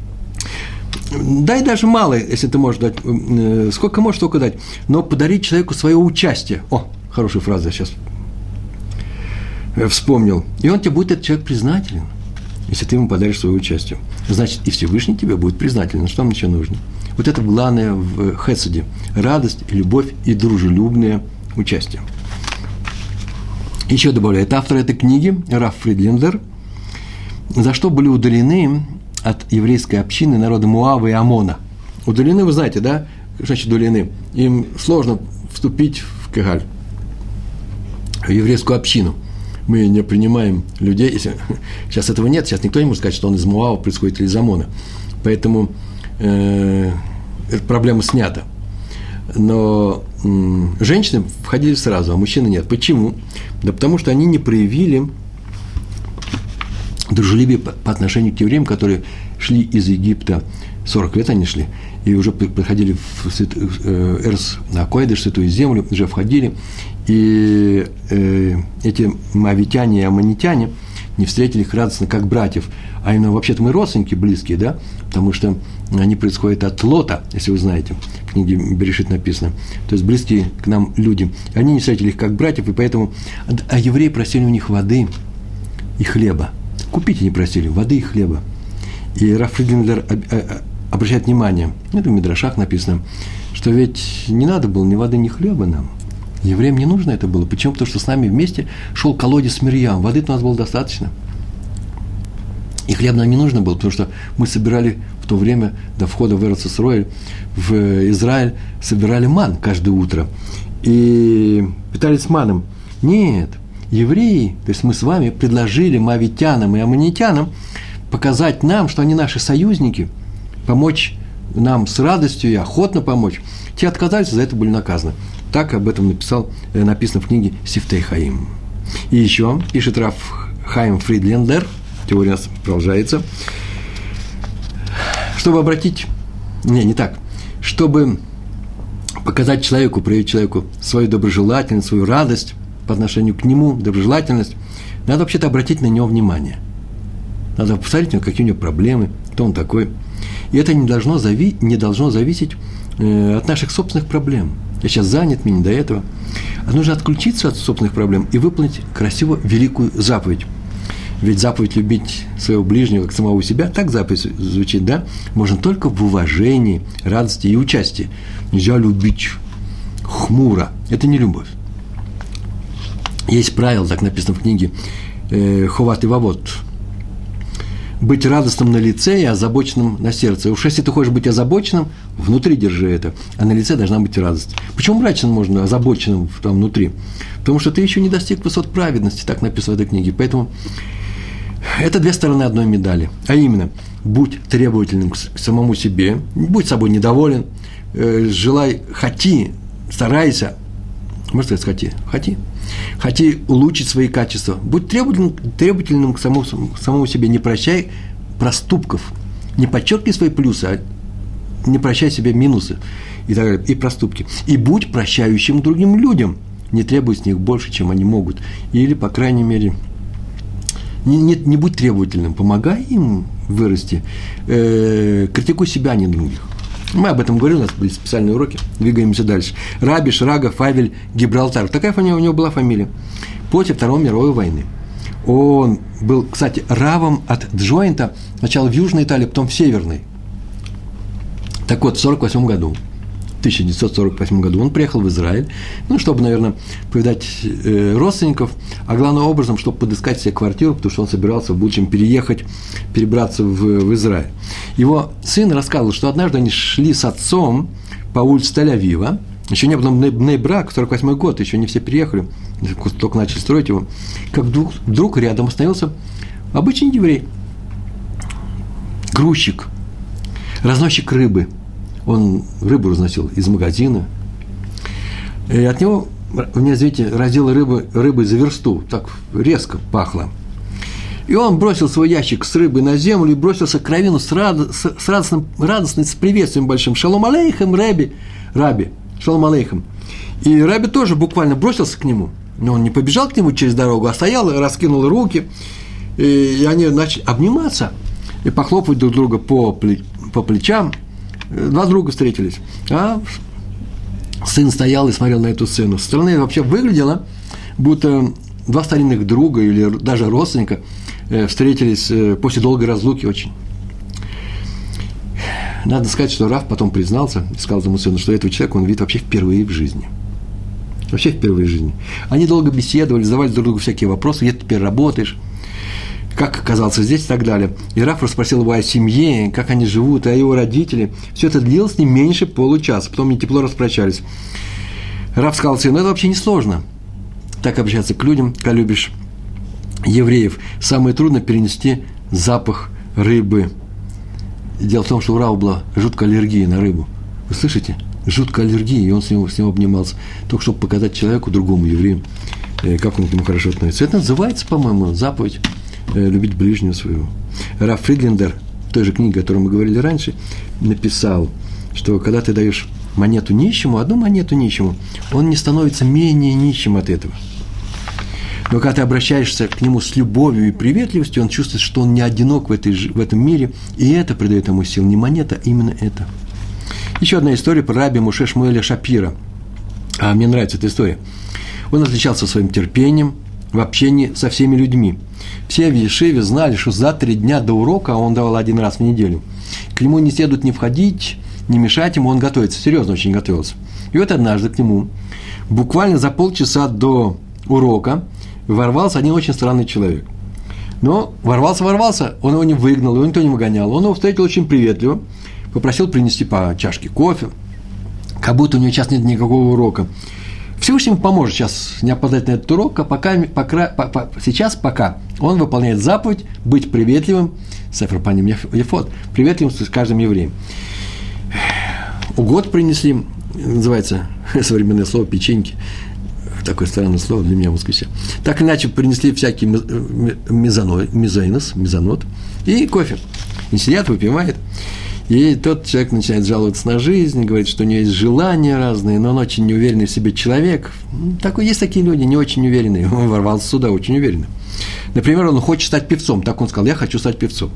Дай даже мало, если ты можешь дать, сколько можешь, столько дать, но подарить человеку свое участие. О, хорошая фраза, я сейчас вспомнил. И он тебе будет, этот человек, признателен, если ты ему подаришь свое участие. Значит, и Всевышний тебе будет признателен. Что вам еще нужно? Вот это главное в хеседе. Радость, любовь и дружелюбное участие. Еще добавляю, это автор этой книги, Рав Фридлендер, за что были удалены от еврейской общины народа Муава и Амона. Удалены, вы знаете, да? Что значит удалены? Им сложно вступить в Кегаль, в еврейскую общину. Мы не принимаем людей. Если... Сейчас этого нет, сейчас никто не может сказать, что он из Муава происходит или из Амона. Поэтому эта проблема снята. Но женщины входили сразу, а мужчины нет. Почему? Да потому что они не проявили дружелюбие по отношению к евреям, которые шли из Египта, 40 лет они шли, и уже приходили в Эрс Акойдыш, святую землю, уже входили, и эти моавитяне и аммонитяне не встретили их радостно, как братьев, а именно, вообще-то, мы родственники близкие, да, потому что они происходят от Лота, если вы знаете, в книге Берешит написано, то есть близкие к нам люди, они не встретили их как братьев, и поэтому, а евреи просили у них воды и хлеба. Купить они просили воды и хлеба. И Рав Фридлендер обращает внимание, это в Мидрашах написано, что ведь не надо было ни воды, ни хлеба нам. Евреям не нужно это было. Почему? Потому что с нами вместе шел колодец Мирьям. Воды-то у нас было достаточно. И хлеб нам не нужно было, потому что мы собирали в то время, до входа в Эрец-Исроэль, в Израиль, собирали ман каждое утро. И питались маном. Нет, евреи, то есть мы с вами предложили моавитянам и аммонитянам показать нам, что они наши союзники, помочь нам с радостью и охотно помочь. Те отказались, за это были наказаны. Так об этом написано в книге Сифтей Хаим. И еще пишет Рав Хаим Фридлендер, теория у нас продолжается, чтобы чтобы показать человеку, проявить человеку свою доброжелательность, свою радость по отношению к нему, доброжелательность, надо вообще-то обратить на него внимание. Надо посмотреть, какие у него проблемы, кто он такой. И это не должно зависеть от наших собственных проблем. Я сейчас занят, мне не до этого. А нужно отключиться от собственных проблем и выполнить красиво великую заповедь. Ведь заповедь любить своего ближнего, как самого себя, так заповедь звучит, да? Можно только в уважении, радости и участии. Нельзя любить хмуро. Это не любовь. Есть правило, так написано в книге Ховат и Вавот. Быть радостным на лице и озабоченным на сердце. Уж если ты хочешь быть озабоченным, внутри держи это, а на лице должна быть радость. Почему мрачным можно, озабоченным там внутри? Потому что ты еще не достиг высот праведности, так написано в этой книге. Поэтому это две стороны одной медали. А именно, будь требовательным к самому себе, будь собой недоволен, старайся, можно сказать, хоти улучшить свои качества. Будь требовательным к самому себе, не прощай проступков, не подчеркивай свои плюсы, а не прощай себе минусы и так далее, и проступки. И будь прощающим другим людям, не требуй с них больше, чем они могут. Или, по крайней мере, не будь требовательным, помогай им вырасти, критикуй себя, а не других. Мы об этом говорили, у нас были специальные уроки. Двигаемся дальше. Раби Шрага Фавель Гибралтар. Такая у него была фамилия. После Второй мировой войны. Он был, кстати, равом от Джойнта сначала в Южной Италии, потом в Северной. Так вот, в 1948 году он приехал в Израиль, чтобы, наверное, повидать родственников, а главным образом, чтобы подыскать себе квартиру, потому что он собирался в будущем перебраться в Израиль. Его сын рассказывал, что однажды они шли с отцом по улице Тель-Авива, еще не было Бней-Брак, 48 год, еще не все переехали, только начали строить его, как вдруг рядом остановился обычный еврей, грузчик, разносчик рыбы. Он рыбу разносил из магазина. И от него, извините, раздело рыбы за версту. Так резко пахло. И он бросил свой ящик с рыбой на землю и бросился к раввину с приветствием большим. Шалом алейхем, раби. Шалом алейхем. И раби тоже буквально бросился к нему. Но он не побежал к нему через дорогу, а стоял и раскинул руки. И они начали обниматься и похлопывать друг друга по плечам. Два друга встретились, а сын стоял и смотрел на эту сцену. Со стороны вообще выглядело, будто два старинных друга или даже родственника встретились после долгой разлуки очень. Надо сказать, что Рав потом признался и сказал этому сыну, что этого человека он видит вообще впервые в жизни. Вообще впервые в жизни. Они долго беседовали, задавали друг другу всякие вопросы, где ты теперь работаешь, как оказался здесь и так далее. И Рав расспросил его о семье, как они живут, о его родителях. Все это длилось не меньше получаса. Потом они тепло распрощались. Рав сказал сыну, это вообще не сложно. Так обращаться к людям, когда любишь евреев. Самое трудно перенести запах рыбы. Дело в том, что у Рава была жуткая аллергия на рыбу. Вы слышите? Жуткая аллергия, и он с ним обнимался. Только чтобы показать человеку, другому еврею, как он к нему хорошо относится. Это называется, по-моему, заповедь любить ближнего своего. Рав Фридлендер, в той же книге, о которой мы говорили раньше, написал, что когда ты даешь монету нищему, одну монету нищему, он не становится менее нищим от этого. Но когда ты обращаешься к нему с любовью и приветливостью, он чувствует, что он не одинок в этом мире, и это придает ему сил. Не монета, а именно это. Еще одна история про раби Моше Шмуэля Шапира. Мне нравится эта история. Он отличался своим терпением, в общении со всеми людьми. Все в Ешиве знали, что за 3 дня до урока, а он давал 1 раз в неделю, к нему не следует не входить, не мешать ему, он готовится, серьезно очень готовился. И вот однажды к нему, буквально за полчаса до урока, ворвался один очень странный человек. Но ворвался, он его не выгнал, его никто не выгонял. Он его встретил очень приветливо, попросил принести по чашке кофе, как будто у него сейчас нет никакого урока. Всевышний ему поможет сейчас не опоздать на этот урок, а сейчас пока он выполняет заповедь быть приветливым, Сефер Паним Ефот, приветливым с каждым евреем. Угод принесли, называется современное слово печеньки, такое странное слово для меня в москвиче. Так иначе принесли всякий мезонот и кофе. И сидят, выпивают. И тот человек начинает жаловаться на жизнь, говорит, что у него есть желания разные, но он очень неуверенный в себе человек. Есть такие люди, не очень уверенные. Он ворвался сюда очень уверенно. Например, он хочет стать певцом. Так он сказал, я хочу стать певцом.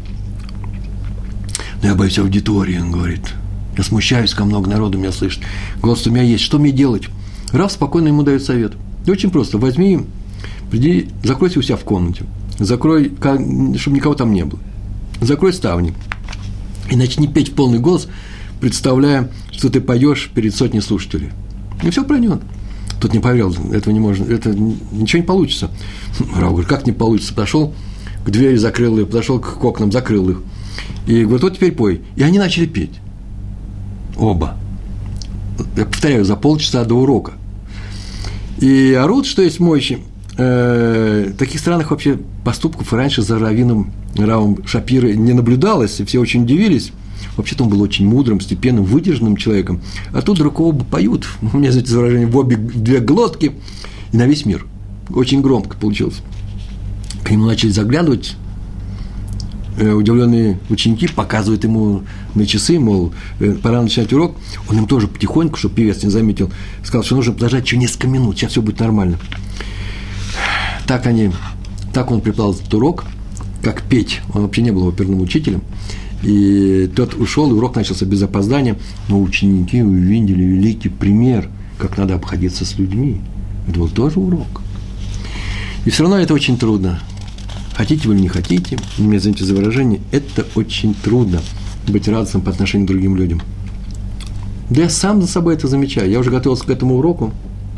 Но я боюсь аудитории, он говорит. Я смущаюсь, как много народу меня слышит. Голос у меня есть, что мне делать? Рав спокойно ему дает совет. И очень просто. Возьми, приди, закройся у себя в комнате. Закрой, чтобы никого там не было. Закрой ставни. И начни петь в полный голос, представляя, что ты поешь перед сотней слушателей. И все пройдет. Тот не поверил, этого не можно, это ничего не получится. Рав говорит, как не получится? Подошел к двери, закрыл их, подошел к окнам, закрыл их. И говорит, вот теперь пой. И они начали петь. Оба. Я повторяю, за полчаса до урока. И орут, что есть мощи. Таких странных вообще поступков раньше за раввином Равом Шапиро не наблюдалось, и все очень удивились. Вообще-то он был очень мудрым, степенным, выдержанным человеком. А тут вдруг оба поют, у меня, знаете, выражение, в обе 2 глотки, и на весь мир. Очень громко получилось. К нему начали заглядывать удивленные ученики, показывают ему на часы, мол, пора начинать урок. Он им тоже потихоньку, чтобы певец не заметил, сказал, что нужно подождать еще несколько минут, сейчас все будет нормально. Так он преподал этот урок, как петь. Он вообще не был оперным учителем. И тот ушел, и урок начался без опоздания. Но ученики увидели великий пример, как надо обходиться с людьми. Это был тоже урок. И все равно это очень трудно. Хотите вы или не хотите, меня извините за выражение, это очень трудно быть радостным по отношению к другим людям. Да я сам за собой это замечаю. Я уже готовился к этому уроку.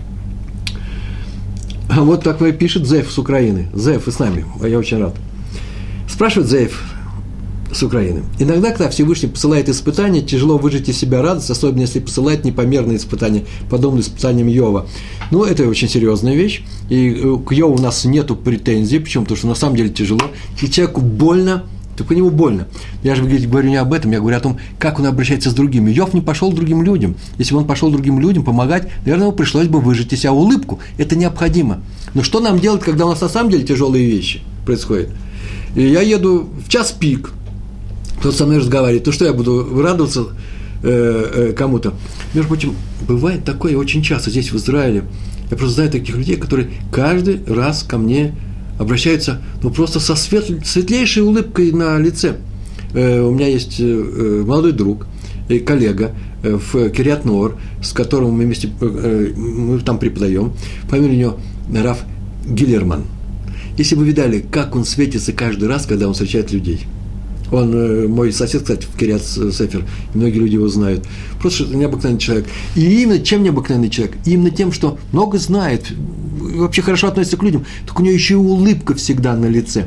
А вот такое пишет Зев с Украины. Зев, вы с нами, я очень рад. Спрашивает Зев с Украины. Иногда, когда Всевышний посылает испытания, тяжело выжать из себя радость, особенно если посылает непомерные испытания, подобные испытаниям Йова. Ну, это очень серьезная вещь, и к Йову у нас нету претензий, почему? Потому что на самом деле тяжело. Если человеку больно, то по нему больно. Я же говорю не об этом, я говорю о том, как он обращается с другими. Йов не пошел к другим людям. Если бы он пошел другим людям помогать, наверное, ему пришлось бы выжать из себя улыбку. Это необходимо. Но что нам делать, когда у нас на самом деле тяжелые вещи происходят? И я еду в час пик, кто-то со мной разговаривает, то что я буду радоваться кому-то? Между прочим, бывает такое очень часто здесь, в Израиле. Я просто знаю таких людей, которые каждый раз ко мне обращаются, ну, просто со светлейшей улыбкой на лице. У меня есть молодой друг, коллега в Кирьят-Ноор, с которым мы вместе мы там преподаем. Фамилия у него Рав Гиллерман. Если бы вы видали, как он светится каждый раз, когда он встречает людей. Он мой сосед, кстати, в Кирьят-Сефер, и многие люди его знают. Просто необыкновенный человек. И именно чем необыкновенный человек? Именно тем, что много знает, вообще хорошо относится к людям, только у него еще и улыбка всегда на лице.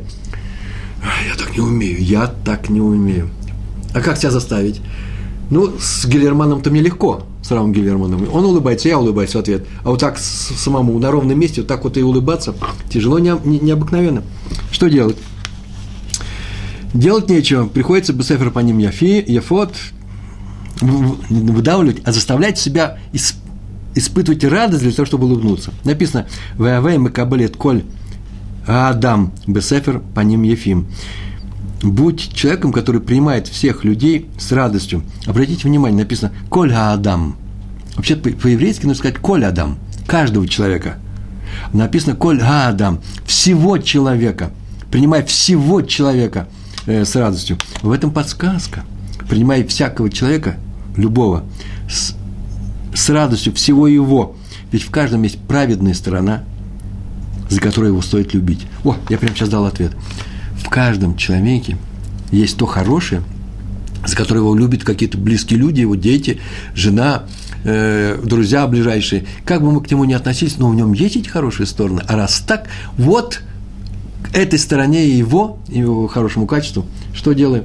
Я так не умею. А как себя заставить? Ну, с Гиллерманом-то мне легко, с Равом Гиллерманом. Он улыбается, я улыбаюсь в ответ. А вот так самому на ровном месте, вот так вот и улыбаться, тяжело, необыкновенно. Что делать? Делать нечего. Приходится Бесефер Паним Ефот выдавливать, а заставлять себя испытывать радость для того, чтобы улыбнуться. Написано «Веавей мекабелет коль Адам Бесефер Паним Ефим». Будь человеком, который принимает всех людей с радостью. Обратите внимание, написано «Коль Адам». Вообще по-еврейски нужно сказать «Коль Адам», каждого человека. Написано «Коль Адам», всего человека. Принимай всего человека с радостью. В этом подсказка. Принимай всякого человека, любого, с радостью, всего его. Ведь в каждом есть праведная сторона, за которое его стоит любить. О, я прямо сейчас дал ответ. В каждом человеке есть то хорошее, за которое его любят какие-то близкие люди, его дети, жена, друзья ближайшие. Как бы мы к нему ни относились, но в нем есть эти хорошие стороны. А раз так, вот к этой стороне его хорошему качеству, что делаем?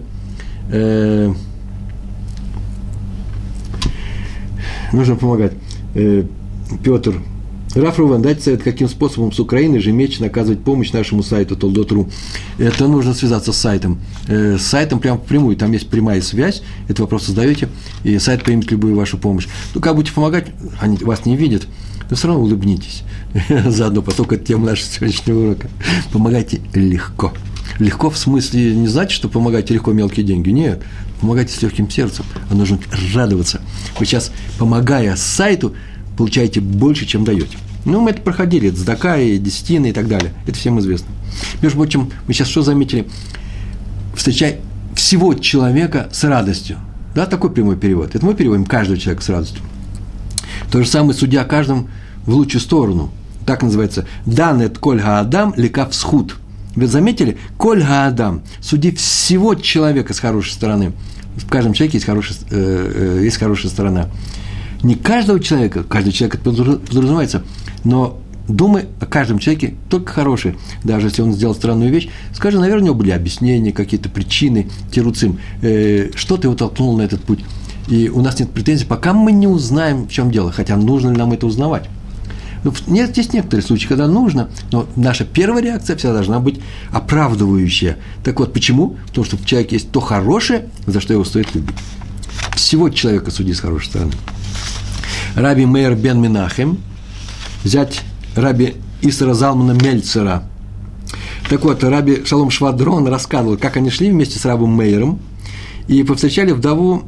Нужно помогать. Петр. Раф Рувен, дайте совет, каким способом с Украины ежемесячно оказывать помощь нашему сайту Толдот.ру. Это нужно связаться с сайтом. С сайтом прямо впрямую, там есть прямая связь, этот вопрос создаете, и сайт примет любую вашу помощь. Ну, как будете помогать, они вас не видят, но все равно улыбнитесь. Заодно, поскольку это тема нашего сегодняшнего урока. Помогайте легко. Легко в смысле не значит, что помогайте легко мелкие деньги. Нет, помогайте с легким сердцем. А нужно радоваться. Вы сейчас, помогая сайту, получаете больше, чем даете. Ну, мы это проходили, это цдака и десятина и так далее. Это всем известно. Между прочим, мы сейчас что заметили? Встречай всего человека с радостью. Да, такой прямой перевод. Это мы переводим каждого человека с радостью. То же самое, судя каждым в лучшую сторону. Так называется. «Данет коль гаадам лекав схуд». Вы заметили? «Коль гаадам». Суди всего человека с хорошей стороны. В каждом человеке есть хорошая сторона. Не каждого человека, каждый человек подразумевается, но думай о каждом человеке только хорошее. Даже если он сделал странную вещь, скажи, наверное, у него были объяснения, какие-то причины, тируцим, что-то его толкнуло на этот путь. И у нас нет претензий, пока мы не узнаем, в чем дело, хотя нужно ли нам это узнавать. Нет, есть некоторые случаи, когда нужно, но наша первая реакция всегда должна быть оправдывающая. Так вот, почему? Потому что в человеке есть то хорошее, за что его стоит любить. Всего человека суди с хорошей стороны. Раби Меир бен Менахем, зять раби Исра Залмана Мельцера. Так вот, раби Шалом Швадрон рассказывал, как они шли вместе с рабом Меиром и повстречали вдову,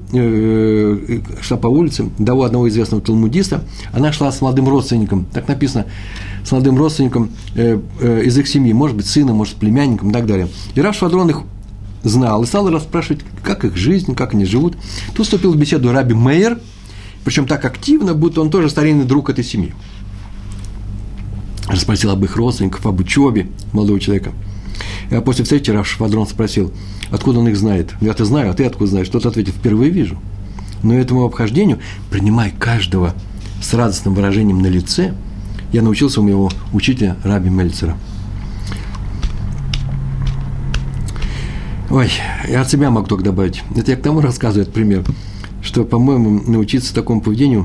шла по улице, вдову одного известного талмудиста. Она шла с молодым родственником, так написано, с молодым родственником из их семьи, может быть, сыном, может, племянником и так далее. И раб Швадрон их знал и стал расспрашивать, как их жизнь, как они живут. Тут вступил в беседу раби Меир, причем так активно, будто он тоже старинный друг этой семьи. Расспросил об их родственниках, об учебе молодого человека. А после встречи рав Швадрон спросил, откуда он их знает. Я-то знаю, а ты откуда знаешь? Тот ответил, впервые вижу. Но этому обхождению, принимай каждого с радостным выражением на лице, я научился у моего учителя раби Мельцера. Ой, я от себя могу только добавить. Это я к тому рассказываю, этот пример, что, по-моему, научиться такому поведению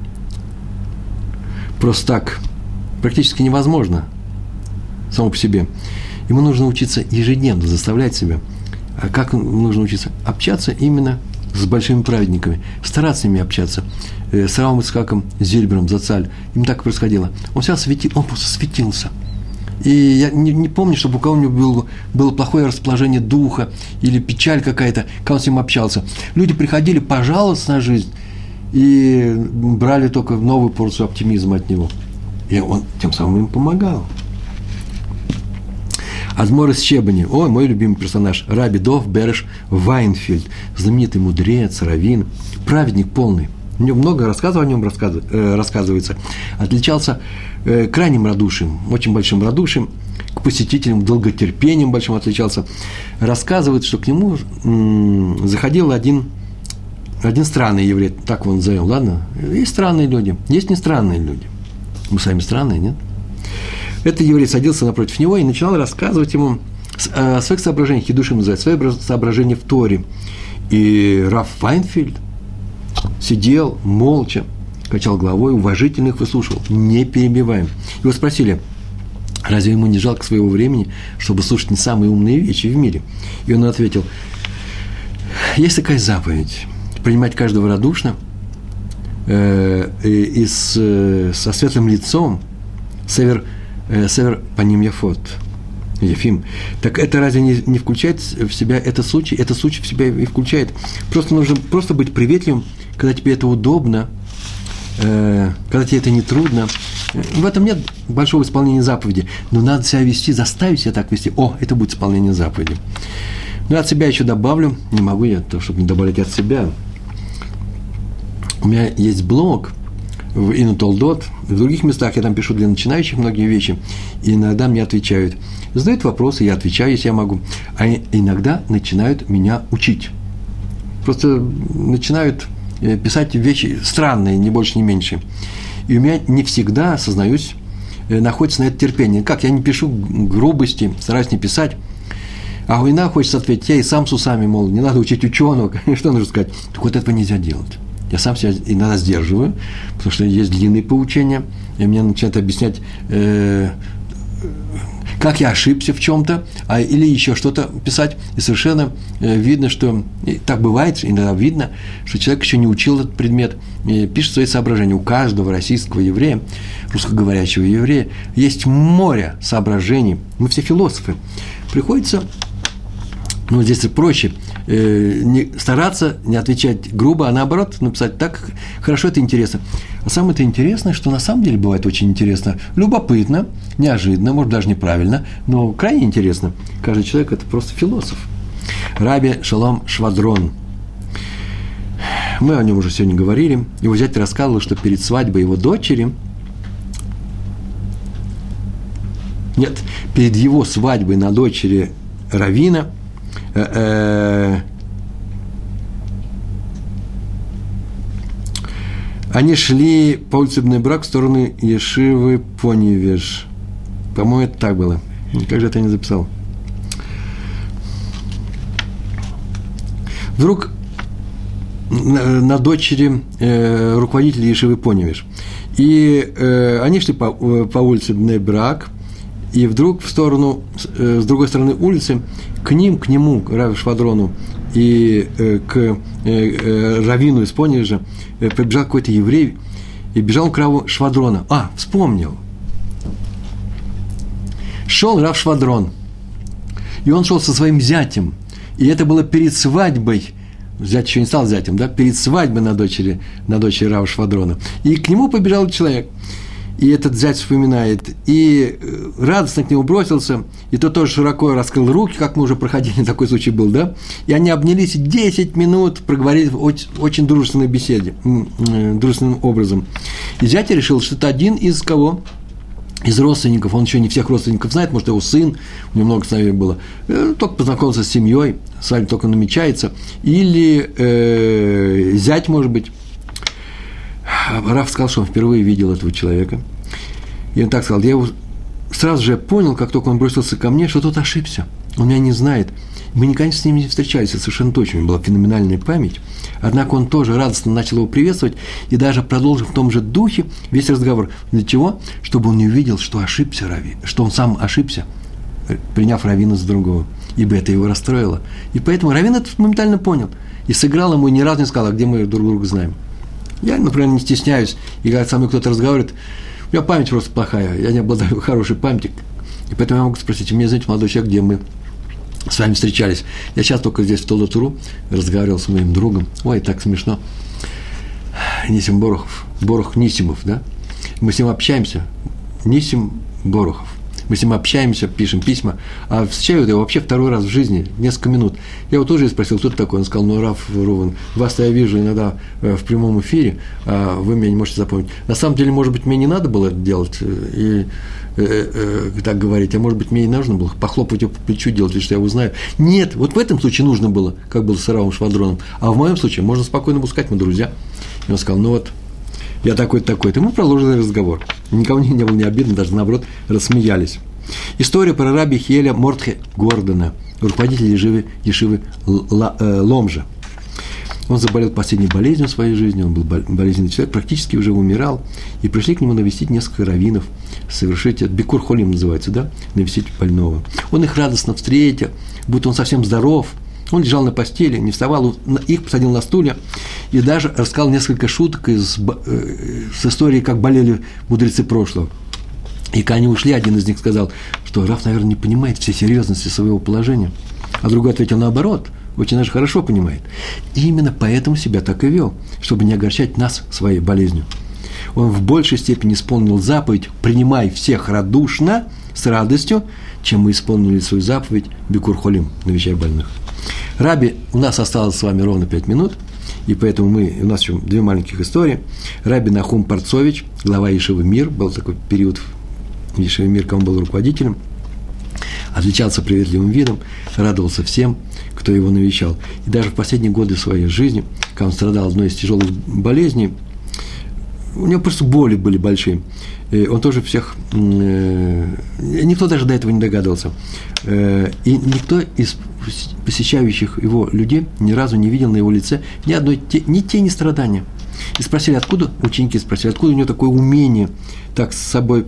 просто так практически невозможно само по себе. Ему нужно учиться ежедневно, заставлять себя. А как нужно учиться? Общаться именно с большими праведниками, стараться с ними общаться. С Равом Ицхаком Зильбером, Зацаль. Им так происходило. Он всегда он просто светился. И я не помню, чтобы у кого-нибудь было плохое расположение духа или печаль какая-то, когда он с ним общался. Люди приходили пожаловаться на жизнь и брали только новую порцию оптимизма от него. И он тем самым им помогал. Адмор из Щебани, мой любимый персонаж, раби Дов Береш Вайнфельд, знаменитый мудрец, раввин, праведник полный. У него много рассказов о нем рассказывается. Отличался крайним радушием, очень большим радушием, к посетителям, долготерпением большим отличался. Рассказывает, что к нему заходил один странный еврей, так его назовем, ладно? Есть странные люди, есть не странные люди. Мы сами странные, нет? Этот еврей садился напротив него и начинал рассказывать ему о своих соображениях, хидушим называют, свои соображения в Торе. И рав Вайнфельд сидел молча, качал головой, уважительно их выслушивал, не перебиваем. Его спросили, разве ему не жалко своего времени, чтобы слушать не самые умные вещи в мире? И он ответил, есть такая заповедь, принимать каждого радушно и со светлым лицом, север по ним яфот, Ефим. Так это разве не включает в себя этот случай? Этот случай в себя и включает. Просто нужно просто быть приветливым, когда тебе это удобно, когда тебе это не трудно. В этом нет большого исполнения заповеди, но надо себя вести, заставить себя так вести. Это будет исполнение заповеди. Ну, от себя еще добавлю, не могу я, чтобы не добавлять от себя. У меня есть блог, в Инутолдот, в других местах я там пишу для начинающих многие вещи, и иногда мне отвечают. Задают вопросы, я отвечаю, если я могу, а иногда начинают меня учить. Просто начинают писать вещи странные, ни больше, ни меньше. И у меня не всегда, сознаюсь, находится на это терпение. Как? Я не пишу грубости, стараюсь не писать. А иногда хочется ответить, я и сам с усами, мол, не надо учить ученого, что нужно сказать. Так вот этого нельзя делать. Я сам себя иногда сдерживаю, потому что есть длинные поучения, и мне начинают объяснять, как я ошибся в чем-то, или еще что-то писать, и совершенно видно, что, так бывает, иногда видно, что человек еще не учил этот предмет, и пишет свои соображения. У каждого российского еврея, русскоговорящего еврея, есть море соображений. Мы все философы. Приходится, здесь проще, не стараться не отвечать грубо, а наоборот написать так хорошо, это интересно. А самое это интересное, что на самом деле бывает очень интересно, любопытно, неожиданно, может даже неправильно, но крайне интересно. Каждый человек – это просто философ. Раби Шалом Швадрон. Мы о нем уже сегодня говорили. Его зять рассказывал, что перед свадьбой его дочери, перед его свадьбой на дочери раввина, они шли по улице Бней-Брак в сторону Ешивы Поневеж. По-моему, это так было. Как же это я не записал? Вдруг на дочери руководителя Ешивы Поневеж. И они шли по улице Бней-Брак, и вдруг с другой стороны улицы, к нему, к Рави Швадрону и к раввину из Поневежа прибежал какой-то еврей, и бежал к Раву Швадрона. Вспомнил. Шел Рав Швадрон, и он шел со своим зятем, и это было перед свадьбой, зять еще не стал зятем, перед свадьбой на дочери Рава Швадрона, и к нему побежал человек. И этот зять вспоминает, и радостно к нему бросился, и тот тоже широко раскрыл руки, как мы уже проходили, такой случай был, и они обнялись, и 10 минут проговорили в очень дружественной беседе, дружественным образом. И зять решил, что это один из кого? Из родственников, он еще не всех родственников знает, может, его сын, у него много сыновей было, только познакомился с семьей, свадьба только намечается, или зять, может быть. Рав сказал, что он впервые видел этого человека. И он так сказал, я его сразу же понял, как только он бросился ко мне, что тот ошибся. Он меня не знает. Мы никогда с ним не встречались, это совершенно точно. У него была феноменальная память. Однако он тоже радостно начал его приветствовать и даже продолжил в том же духе весь разговор. Для чего? Чтобы он не увидел, что ошибся Рави, что он сам ошибся, приняв раввина за другого. Ибо это его расстроило. И поэтому раввин это моментально понял. И сыграл ему, и ни разу не сказал, где мы друг друга знаем. Я, например, не стесняюсь, и когда со мной кто-то разговаривает, у меня память просто плохая, я не обладаю хорошей памятью, и поэтому я могу спросить, мне, знаете, молодой человек, где мы с вами встречались? Я сейчас только здесь, в Толдот-Уру, разговаривал с моим другом, так смешно, Нисим Борох Нисимов, мы с ним общаемся, Нисим Борохов. Мы с ним общаемся, пишем письма, а встречаю его вообще второй раз в жизни, несколько минут. Я его тоже спросил, кто ты такой? Он сказал, Рав Рувен, вас-то я вижу иногда в прямом эфире, а вы меня не можете запомнить. На самом деле, может быть, мне не надо было это делать и так говорить, а может быть, мне и нужно было похлопать его по плечу, делать вид, что я его знаю. Нет, вот в этом случае нужно было, как было с Равом Швадроном, а в моем случае можно спокойно было сказать, мы друзья. И он сказал, я такой-то, такой-то. И мы продолжили разговор. Никому не было не обидно, даже наоборот, рассмеялись. История про раби Хиэля Мортхе Гордона, руководителя Ешивы Ломжа. Он заболел последней болезнью в своей жизни, он был болезненный человек, практически уже умирал, и пришли к нему навестить несколько раввинов, совершить, Бикур Холим называется, навестить больного. Он их радостно встретил, будто он совсем здоров. Он лежал на постели, не вставал, их посадил на стулья и даже рассказал несколько шуток с истории, как болели мудрецы прошлого. И когда они ушли, один из них сказал, что Рав, наверное, не понимает всей серьезности своего положения. А другой ответил наоборот, очень даже хорошо понимает. И именно поэтому себя так и вел, чтобы не огорчать нас своей болезнью. Он в большей степени исполнил заповедь «принимай всех радушно», с радостью, чем мы исполнили свою заповедь «Бикур Холим», навещай больных. Раби, у нас осталось с вами ровно 5 минут, И поэтому у нас еще две маленьких истории. Раби Нахум Парцович, глава Ешивы Мир, был такой период в Ешиве Мир, когда он был руководителем, отличался приветливым видом, радовался всем, кто его навещал. И даже в последние годы своей жизни, когда он страдал одной из тяжелых болезней, у него просто боли были большие. И он тоже всех... никто даже до этого не догадывался. И никто из посещающих его людей ни разу не видел на его лице ни одной ни тени страдания. И спросили, откуда, ученики спросили, откуда у него такое умение так себя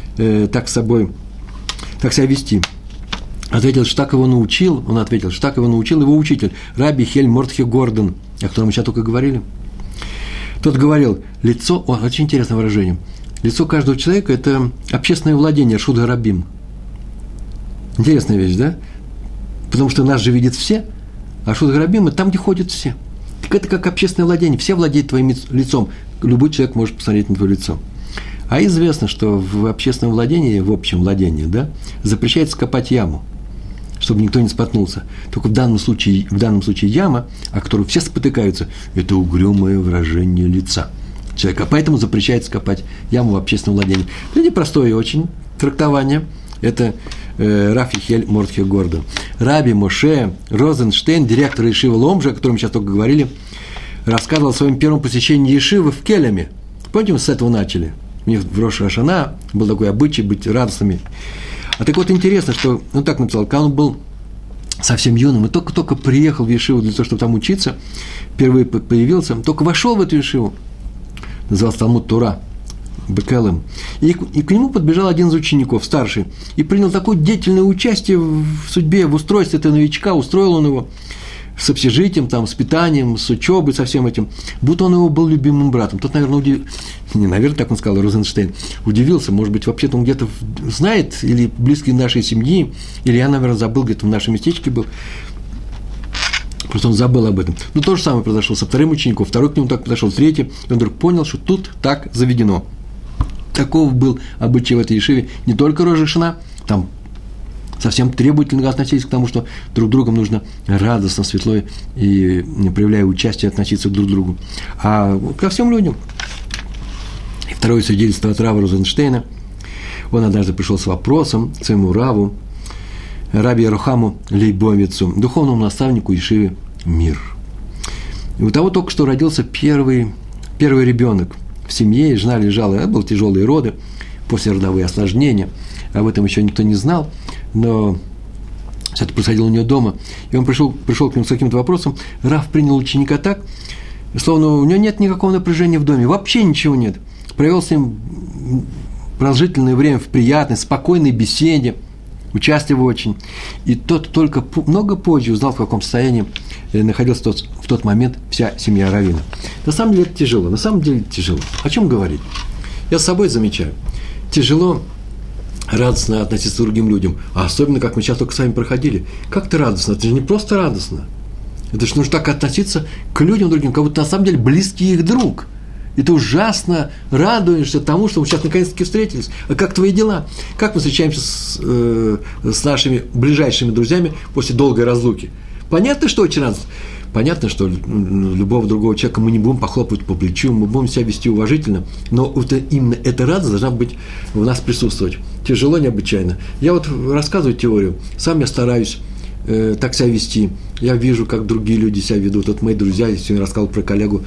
вести. Он ответил, что так его научил его учитель, Раби Хель Мортхе Гордон, о котором мы сейчас только говорили. Тот говорил, очень интересное выражение, лицо каждого человека – это общественное владение, Ршут Гарабим. Интересная вещь, да? Потому что нас же видят все, а Ршут Гарабим – это там, где ходят все. Так это как общественное владение, все владеют твоим лицом, любой человек может посмотреть на твое лицо. А известно, что в общественном владении, в общем владении, да, запрещается копать яму, чтобы никто не споткнулся. Только в данном случае яма, о которой все спотыкаются, это угрюмое выражение лица человека. Поэтому запрещается копать яму в общественном владении. Это непростое очень трактование. Это Рав Хель Мортхе Гордон. Раби Моше Розенштейн, директор Ешивы Ломжа, о котором мы сейчас только говорили, рассказывал о своем первом посещении Ешивы в Келеме. Помните, мы с этого начали? У них в Рош ха-Шана был такой обычай быть радостными. А так вот интересно, что он так написал, когда он был совсем юным и только-только приехал в Ешиву для того, чтобы там учиться, впервые появился, только вошел в эту Ешиву, назывался Талмуд Тора, Бекелем, и к нему подбежал один из учеников, старший, и принял такое деятельное участие в судьбе, в устройстве этого новичка, устроил он его с общежитием, там, с питанием, с учебой, со всем этим, будто он его был любимым братом. Тот, наверное, так он сказал, Розенштейн, удивился, может быть, вообще-то он где-то знает, или близкий нашей семьи, или я, наверное, забыл, где-то в нашем местечке был, просто он забыл об этом. Но то же самое произошло со вторым учеником, второй к нему так подошел, третий, и он вдруг понял, что тут так заведено. Таков был обычай в этой ешиве, не только Рош ха-Шана, там совсем требовательно относиться к тому, что друг другом нужно радостно, светло и, проявляя участие, относиться друг к другу, а ко всем людям. И второе свидетельство от Рава Розенштейна. Он однажды пришел с вопросом к своему Раву, Раби Рухаму Лейбовицу, духовному наставнику Ешивы Мир. И у того только что родился первый ребенок в семье, и жена лежала, это были тяжелые роды, послеродовые осложнения, об этом еще никто не знал, но все это происходило у нее дома, и он пришел к нему с каким-то вопросом. Рав принял ученика так, словно у него нет никакого напряжения в доме, вообще ничего нет. Провел с ним продолжительное время в приятной, спокойной беседе, участливый очень. И тот только много позже узнал, в каком состоянии находилась в тот момент вся семья раввина. На самом деле это тяжело, О чем говорить? Я с собой замечаю. Тяжело радостно относиться к другим людям, а особенно, как мы сейчас только с вами проходили. Как ты радостно? Это же не просто радостно. Это же нужно так относиться к людям другим, как будто на самом деле близкий их друг. И ты ужасно радуешься тому, что мы сейчас наконец-таки встретились. А как твои дела? Как мы встречаемся с нашими ближайшими друзьями после долгой разлуки? Понятно, что очень радостно. Понятно, что любого другого человека мы не будем похлопывать по плечу, мы будем себя вести уважительно, но именно эта радость должна быть в нас присутствовать. Тяжело необычайно. Я вот рассказываю теорию, сам я стараюсь так себя вести. Я вижу, как другие люди себя ведут. Вот мои друзья, я сегодня рассказывал про коллегу,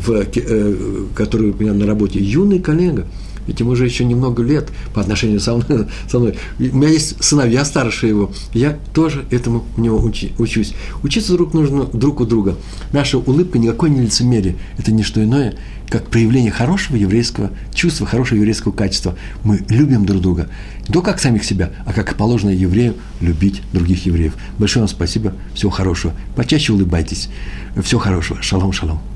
который у меня на работе, юный коллега, ведь ему уже еще немного лет по отношению со мной. У меня есть сыновья старше его, я тоже этому у него учусь. Учиться нужно друг у друга. Наша улыбка никакое не лицемерие, это не что иное, как проявление хорошего еврейского чувства, хорошего еврейского качества. Мы любим друг друга, не только как самих себя, а как положено еврею любить других евреев. Большое вам спасибо, всего хорошего. Почаще улыбайтесь. Всего хорошего. Шалом, шалом.